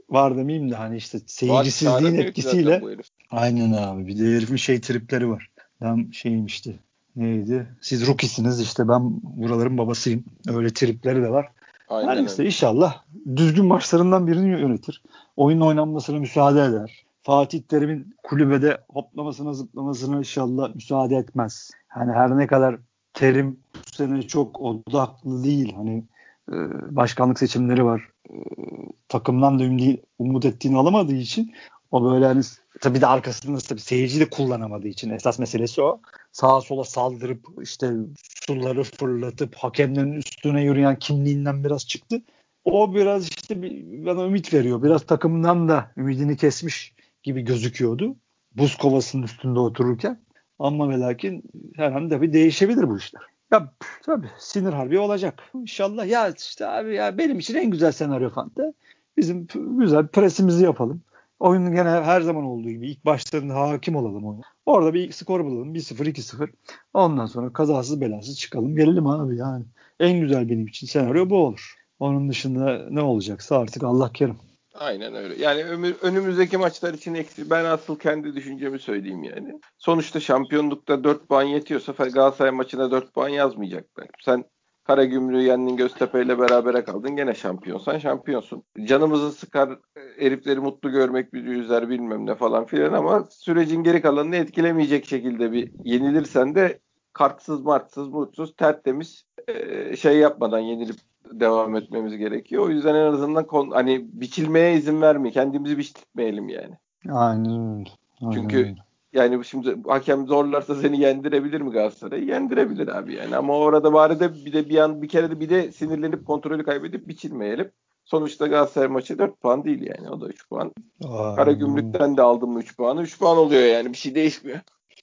Speaker 2: var demeyeyim de hani işte
Speaker 1: Fuat
Speaker 2: seyircisizliğin
Speaker 1: çağıramıyor ki zaten
Speaker 2: etkisiyle.
Speaker 1: bu herif.
Speaker 2: Aynen abi. Bir de herifin tripleri var. Ben şeyim işte. Neydi? Siz rookie'siniz işte ben buraların babasıyım. Öyle tripleri de var. Yani
Speaker 1: Aynen
Speaker 2: işte
Speaker 1: öyle.
Speaker 2: inşallah düzgün maçlarından birini yönetir. Oyunun oynanmasına müsaade eder. Fatih Terim'in kulübede hoplamasına zıplamasına inşallah müsaade etmez. Hani her ne kadar Terim bu sene çok odaklı değil. Hani e, başkanlık seçimleri var. Takımdan da umut ettiğini alamadığı için o böyle hani tabii de arkasında tabii seyirci de kullanamadığı için esas meselesi o. Sağa sola saldırıp işte suları fırlatıp hakemlerin üstüne yürüyen kimliğinden biraz çıktı. O biraz işte bana ümit veriyor. Biraz takımdan da ümidini kesmiş gibi gözüküyordu. Buz kovasının üstünde otururken. Ama ve lakin her an tabii değişebilir bu işler. Ya tabii sinir harbi olacak. İnşallah ya işte abi ya benim için en güzel senaryo Fante. Bizim güzel presimizi yapalım. Oyunun gene her zaman olduğu gibi ilk başlarında hakim olalım oyuna. Orada bir ilk skor bulalım. 1-0, 2-0. Ondan sonra kazasız belasız çıkalım. Gelelim abi yani. En güzel benim için senaryo bu olur. Onun dışında ne olacaksa artık Allah kerim.
Speaker 1: Aynen öyle. Yani önümüzdeki maçlar için ben asıl kendi düşüncemi söyleyeyim yani. Sonuçta şampiyonlukta 4 puan yetiyorsa Galatasaray maçına 4 puan yazmayacaklar. Sen Karagümrük'ü yendin, Göztepe ile berabere kaldın. Gene şampiyonsan şampiyonsun. Canımızı sıkar, herifleri mutlu görmek bizi üzer bilmem ne falan filan ama sürecin geri kalanını etkilemeyecek şekilde bir yenilirsen de kartsız martsız mutsuz tertemiz şey yapmadan yenilip devam etmemiz gerekiyor. O yüzden en azından hani biçilmeye izin vermeyin. Kendimizi biçiltmeyelim yani.
Speaker 2: Aynen öyle. Aynen
Speaker 1: Çünkü
Speaker 2: öyle.
Speaker 1: yani şimdi hakem zorlarsa seni yendirebilir mi Galatasaray'ı? Yendirebilir abi yani. Ama orada bari de bir kere de bir de sinirlenip kontrolü kaybedip biçilmeyelim. Sonuçta Galatasaray maçı 4 puan değil yani. O da 3 puan.
Speaker 2: Aynen öyle.
Speaker 1: Karagümrük'ten de aldım mı 3 puanı? 3 puan oluyor yani. Bir şey değişmiyor.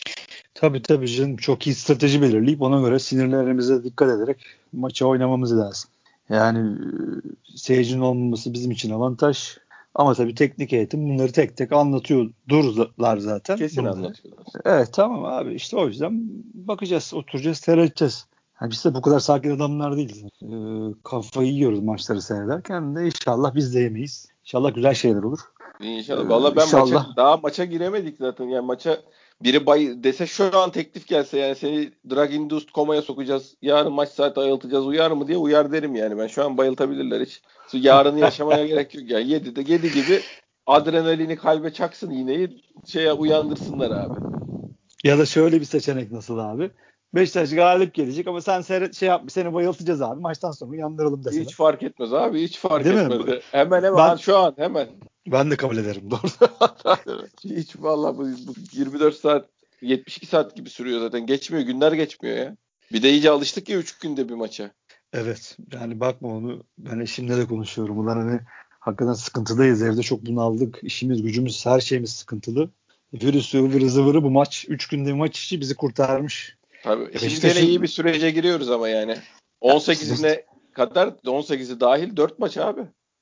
Speaker 2: Tabii canım çok iyi strateji belirleyip ona göre sinirlerimize dikkat ederek maçı oynamamız lazım. Yani seyircinin olmaması bizim için avantaj. Ama tabii teknik eğitim bunları tek tek anlatıyorlar zaten
Speaker 1: Kesin
Speaker 2: bunları.
Speaker 1: anlatıyorlar.
Speaker 2: Evet tamam abi işte o yüzden bakacağız, oturacağız, seyredeceğiz. Yani biz de bu kadar sakin adamlar değiliz. Kafayı yiyoruz maçları seyrederken de inşallah biz de yemeyiz. İnşallah güzel şeyler olur.
Speaker 1: İnşallah. Valla ben
Speaker 2: İnşallah.
Speaker 1: daha maça giremedik zaten. Yani maça biri dese şu an teklif gelse yani seni drug induced komaya sokacağız. Yarın maç saati ayıltacağız. Uyar mı diye uyar derim yani. Ben şu an bayıltabilirler hiç. Yarını yaşamaya gerek yok. Yani 7 gibi adrenalini kalbe çaksın iğneyi uyandırsınlar abi.
Speaker 2: Ya da şöyle bir seçenek nasıl abi? Beşiktaş galip gelecek ama sen seyret seni bayıltacağız abi. Maçtan sonra uyandıralım deseler.
Speaker 1: Hiç fark etmez abi. Hiç fark
Speaker 2: Değil mi?
Speaker 1: etmez de. Hemen
Speaker 2: Ben
Speaker 1: şu an hemen.
Speaker 2: ben de kabul ederim doğru.
Speaker 1: Hiç valla bu 24 saat 72 saat gibi sürüyor zaten. Geçmiyor. Günler geçmiyor ya. Bir de iyice alıştık ya 3 günde bir maça.
Speaker 2: Evet. Yani bakma onu ben eşimle de konuşuyorum. Bunlar hani hakikaten sıkıntıdayız. Evde çok bunaldık. İşimiz, gücümüz, her şeyimiz sıkıntılı. Virüsü, ıvırı zıvırı bu maç 3 günde maç işi bizi kurtarmış.
Speaker 1: Tabii. Şimdi gene iyi bir
Speaker 2: Beşiktaş'ın
Speaker 1: sürece giriyoruz ama yani.
Speaker 2: ya işte
Speaker 1: 18'ine kadar 18'i dahil 4 maç abi.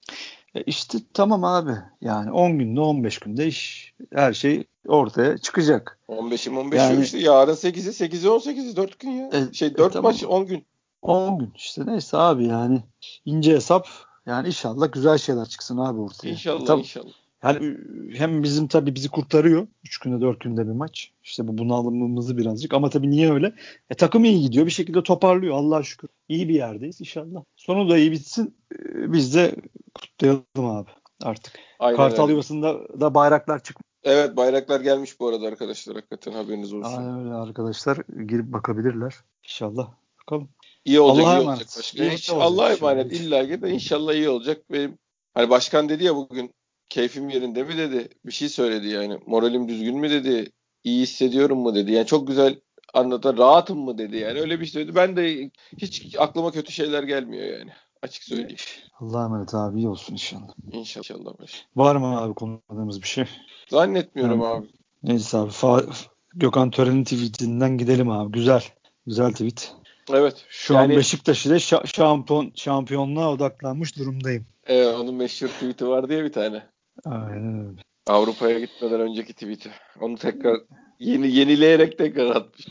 Speaker 2: işte tamam abi. Yani 10 günde 15 günde her şey ortaya çıkacak.
Speaker 1: 15'i 15 yok
Speaker 2: Yani
Speaker 1: işte. Yarın 8'i 18'i 4 gün ya. 4 maç
Speaker 2: tamam
Speaker 1: 10 gün.
Speaker 2: 10 gün işte neyse abi yani ince hesap yani inşallah güzel şeyler çıksın abi ortaya.
Speaker 1: İnşallah
Speaker 2: Tabii
Speaker 1: inşallah.
Speaker 2: yani hem bizim tabii bizi kurtarıyor 3 günde 4 günde bir maç. İşte bu bunalımımızı birazcık ama tabii niye öyle? Takım iyi gidiyor bir şekilde toparlıyor Allah'a şükür. İyi bir yerdeyiz inşallah. Sonu da iyi bitsin. Biz de kutlayalım abi artık.
Speaker 1: Aynen
Speaker 2: Kartal
Speaker 1: öyle.
Speaker 2: Yuvası'nda da bayraklar çıkmış.
Speaker 1: Evet bayraklar gelmiş bu arada arkadaşlar. Hakikaten haberiniz olsun.
Speaker 2: Aynen öyle arkadaşlar girip bakabilirler. İnşallah. Bakalım.
Speaker 1: İyi olacak
Speaker 2: Allah'a
Speaker 1: iyi olacak
Speaker 2: emanet.
Speaker 1: başka.
Speaker 2: İyi
Speaker 1: Hiç
Speaker 2: olacak
Speaker 1: Allah'a
Speaker 2: inşallah.
Speaker 1: emanet illa ki de inşallah iyi olacak. Benim hani başkan dedi ya bugün keyfim yerinde mi dedi. Bir şey söyledi yani. Moralim düzgün mü dedi. İyi hissediyorum mu dedi. Yani çok güzel anlatan rahatım mı dedi yani. Öyle bir şey söyledi. Ben de hiç aklıma kötü şeyler gelmiyor yani. Açık söyleyeyim.
Speaker 2: Allah'a emanet abi. İyi olsun inşallah.
Speaker 1: İnşallah baş.
Speaker 2: Var mı abi konuşmadığımız bir şey?
Speaker 1: Zannetmiyorum
Speaker 2: Yani,
Speaker 1: abi.
Speaker 2: neyse abi. Gökhan Tören'in tweetinden gidelim abi. Güzel. Güzel tweet.
Speaker 1: Evet.
Speaker 2: Şu an
Speaker 1: Yani
Speaker 2: Beşiktaş ile şampiyonluğa odaklanmış durumdayım.
Speaker 1: onun meşhur tweet'i var diye bir tane.
Speaker 2: Aynen öyle.
Speaker 1: Avrupa'ya gitmeden önceki tweet'i. Onu tekrar yenileyerek tekrar atmış.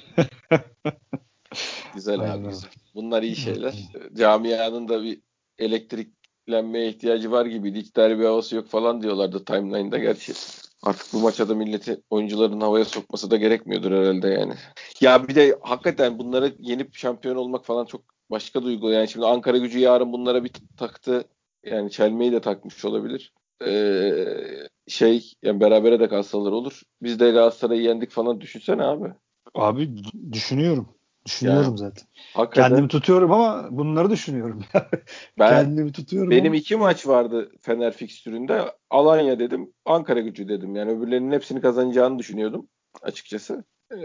Speaker 1: Güzel
Speaker 2: Aynen
Speaker 1: abi
Speaker 2: abi.
Speaker 1: güzel. Bunlar iyi şeyler. Camianın da bir elektrik yenilenmeye ihtiyacı var gibiydi. Hiç derbi havası yok falan diyorlardı timeline'da. Gerçi artık bu maçta da milleti oyuncuların havaya sokması da gerekmiyordur herhalde yani. Ya bir de hakikaten bunları yenip şampiyon olmak falan çok başka duygu. Yani şimdi Ankara Gücü yarın bunlara bir taktı. Yani çelmeyi de takmış olabilir. Yani berabere de kalsalar olur. Biz de Galatasaray'ı yendik falan düşünsene abi.
Speaker 2: Abi düşünüyorum.
Speaker 1: Yani
Speaker 2: Düşünüyorum zaten. Kendimi
Speaker 1: hakikaten
Speaker 2: tutuyorum ama bunları düşünüyorum.
Speaker 1: ben
Speaker 2: Kendimi tutuyorum
Speaker 1: benim
Speaker 2: ama
Speaker 1: 2 maç vardı Fener fikstüründe. Alanya dedim, Ankara Gücü dedim. Yani öbürlerinin hepsini kazanacağını düşünüyordum açıkçası.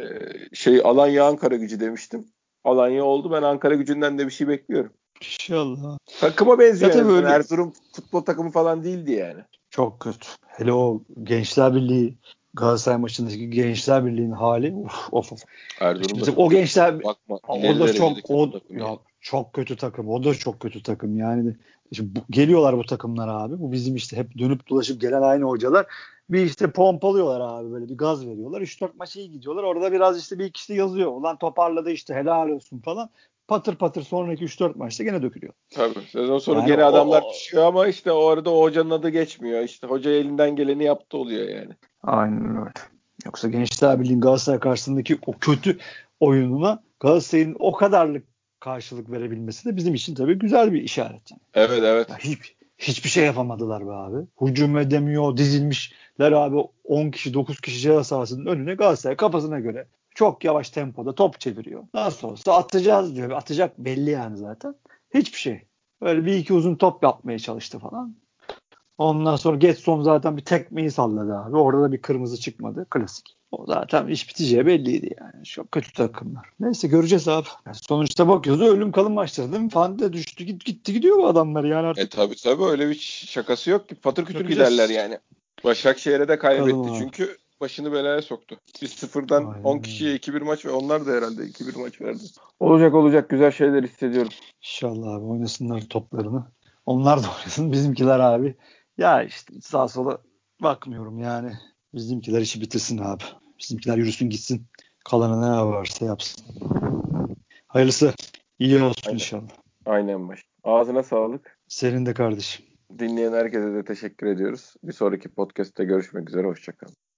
Speaker 1: Alanya Ankara Gücü demiştim. Alanya oldu. Ben Ankara Gücü'nden de bir şey bekliyorum.
Speaker 2: inşallah.
Speaker 1: Takıma benziyor
Speaker 2: Ya
Speaker 1: en
Speaker 2: tabii
Speaker 1: azından.
Speaker 2: öyle
Speaker 1: Erzurum futbol takımı falan değildi yani.
Speaker 2: çok kötü. Hele o Gençler Birliği Galatasaray maçındaki Gençler Birliği'nin hali of.
Speaker 1: Erzurum da
Speaker 2: Şimdi
Speaker 1: çok
Speaker 2: o
Speaker 1: kötü
Speaker 2: gençler
Speaker 1: takım. Bakma,
Speaker 2: o
Speaker 1: ileri
Speaker 2: da
Speaker 1: derecede
Speaker 2: çok
Speaker 1: kötü takım yani.
Speaker 2: çok kötü takım. O da çok kötü takım. Yani şimdi geliyorlar bu takımlar abi. Bu bizim işte hep dönüp dolaşıp gelen aynı hocalar. Bir işte pompalıyorlar abi böyle bir gaz veriyorlar. 3-4 maç iyi gidiyorlar. Orada biraz işte bir ikisi yazıyor. Ulan toparladı işte helal olsun falan. Patır patır sonraki 3-4 maçta gene dökülüyor.
Speaker 1: Tabii. Sezon sonu
Speaker 2: Yani
Speaker 1: gene adamlar düşüyor ama işte o arada o hocanın adı geçmiyor. İşte hoca elinden geleni yaptı oluyor yani.
Speaker 2: aynen öyle. Yoksa Gençler Birliği'nin Galatasaray karşısındaki o kötü oyununa Galatasaray'ın o kadarlık karşılık verebilmesi de bizim için tabii güzel bir işaret. Yani.
Speaker 1: Evet,
Speaker 2: Ya
Speaker 1: evet.
Speaker 2: hiçbir şey yapamadılar be abi. Hücum edemiyor, dizilmişler abi 10 kişi 9 kişi ceza sahasının önüne Galatasaray kafasına göre çok yavaş tempoda top çeviriyor. Nasıl olsa atacağız diyor. Atacak belli yani zaten. Hiçbir şey. Böyle bir iki uzun top yapmaya çalıştı falan. Ondan sonra Getson zaten bir tekmeyi salladı abi. Orada da bir kırmızı çıkmadı. Klasik. O zaten iş biteceği belliydi yani. Çok kötü takımlar. Neyse göreceğiz abi. Yani sonuçta bakıyoruz ölüm kalım maçları değil mi? Fante düştü gitti gidiyor bu adamlar yani artık.
Speaker 1: Tabii öyle bir şakası yok ki. Patır kütür giderler
Speaker 2: Göreceğiz.
Speaker 1: yani. Başakşehir'e de
Speaker 2: Bakalım
Speaker 1: kaybetti
Speaker 2: abi.
Speaker 1: çünkü başını belaya soktu. 1-0'dan 10
Speaker 2: Aynen öyle.
Speaker 1: kişiye 2-1 maç ve onlar da herhalde 2-1 maç verdi. Olacak güzel şeyler hissediyorum.
Speaker 2: İnşallah abi oynasınlar toplarını. Onlar da oynasın. Bizimkiler abi. Ya işte sağa sola bakmıyorum yani. Bizimkiler işi bitirsin abi. Bizimkiler yürüsün gitsin. Kalanı ne varsa yapsın. Hayırlısı. İyi olsun
Speaker 1: Aynen.
Speaker 2: inşallah.
Speaker 1: Aynen baş. Ağzına sağlık.
Speaker 2: Senin de kardeşim.
Speaker 1: Dinleyen herkese de teşekkür ediyoruz. Bir sonraki podcast'te görüşmek üzere. Hoşça kalın.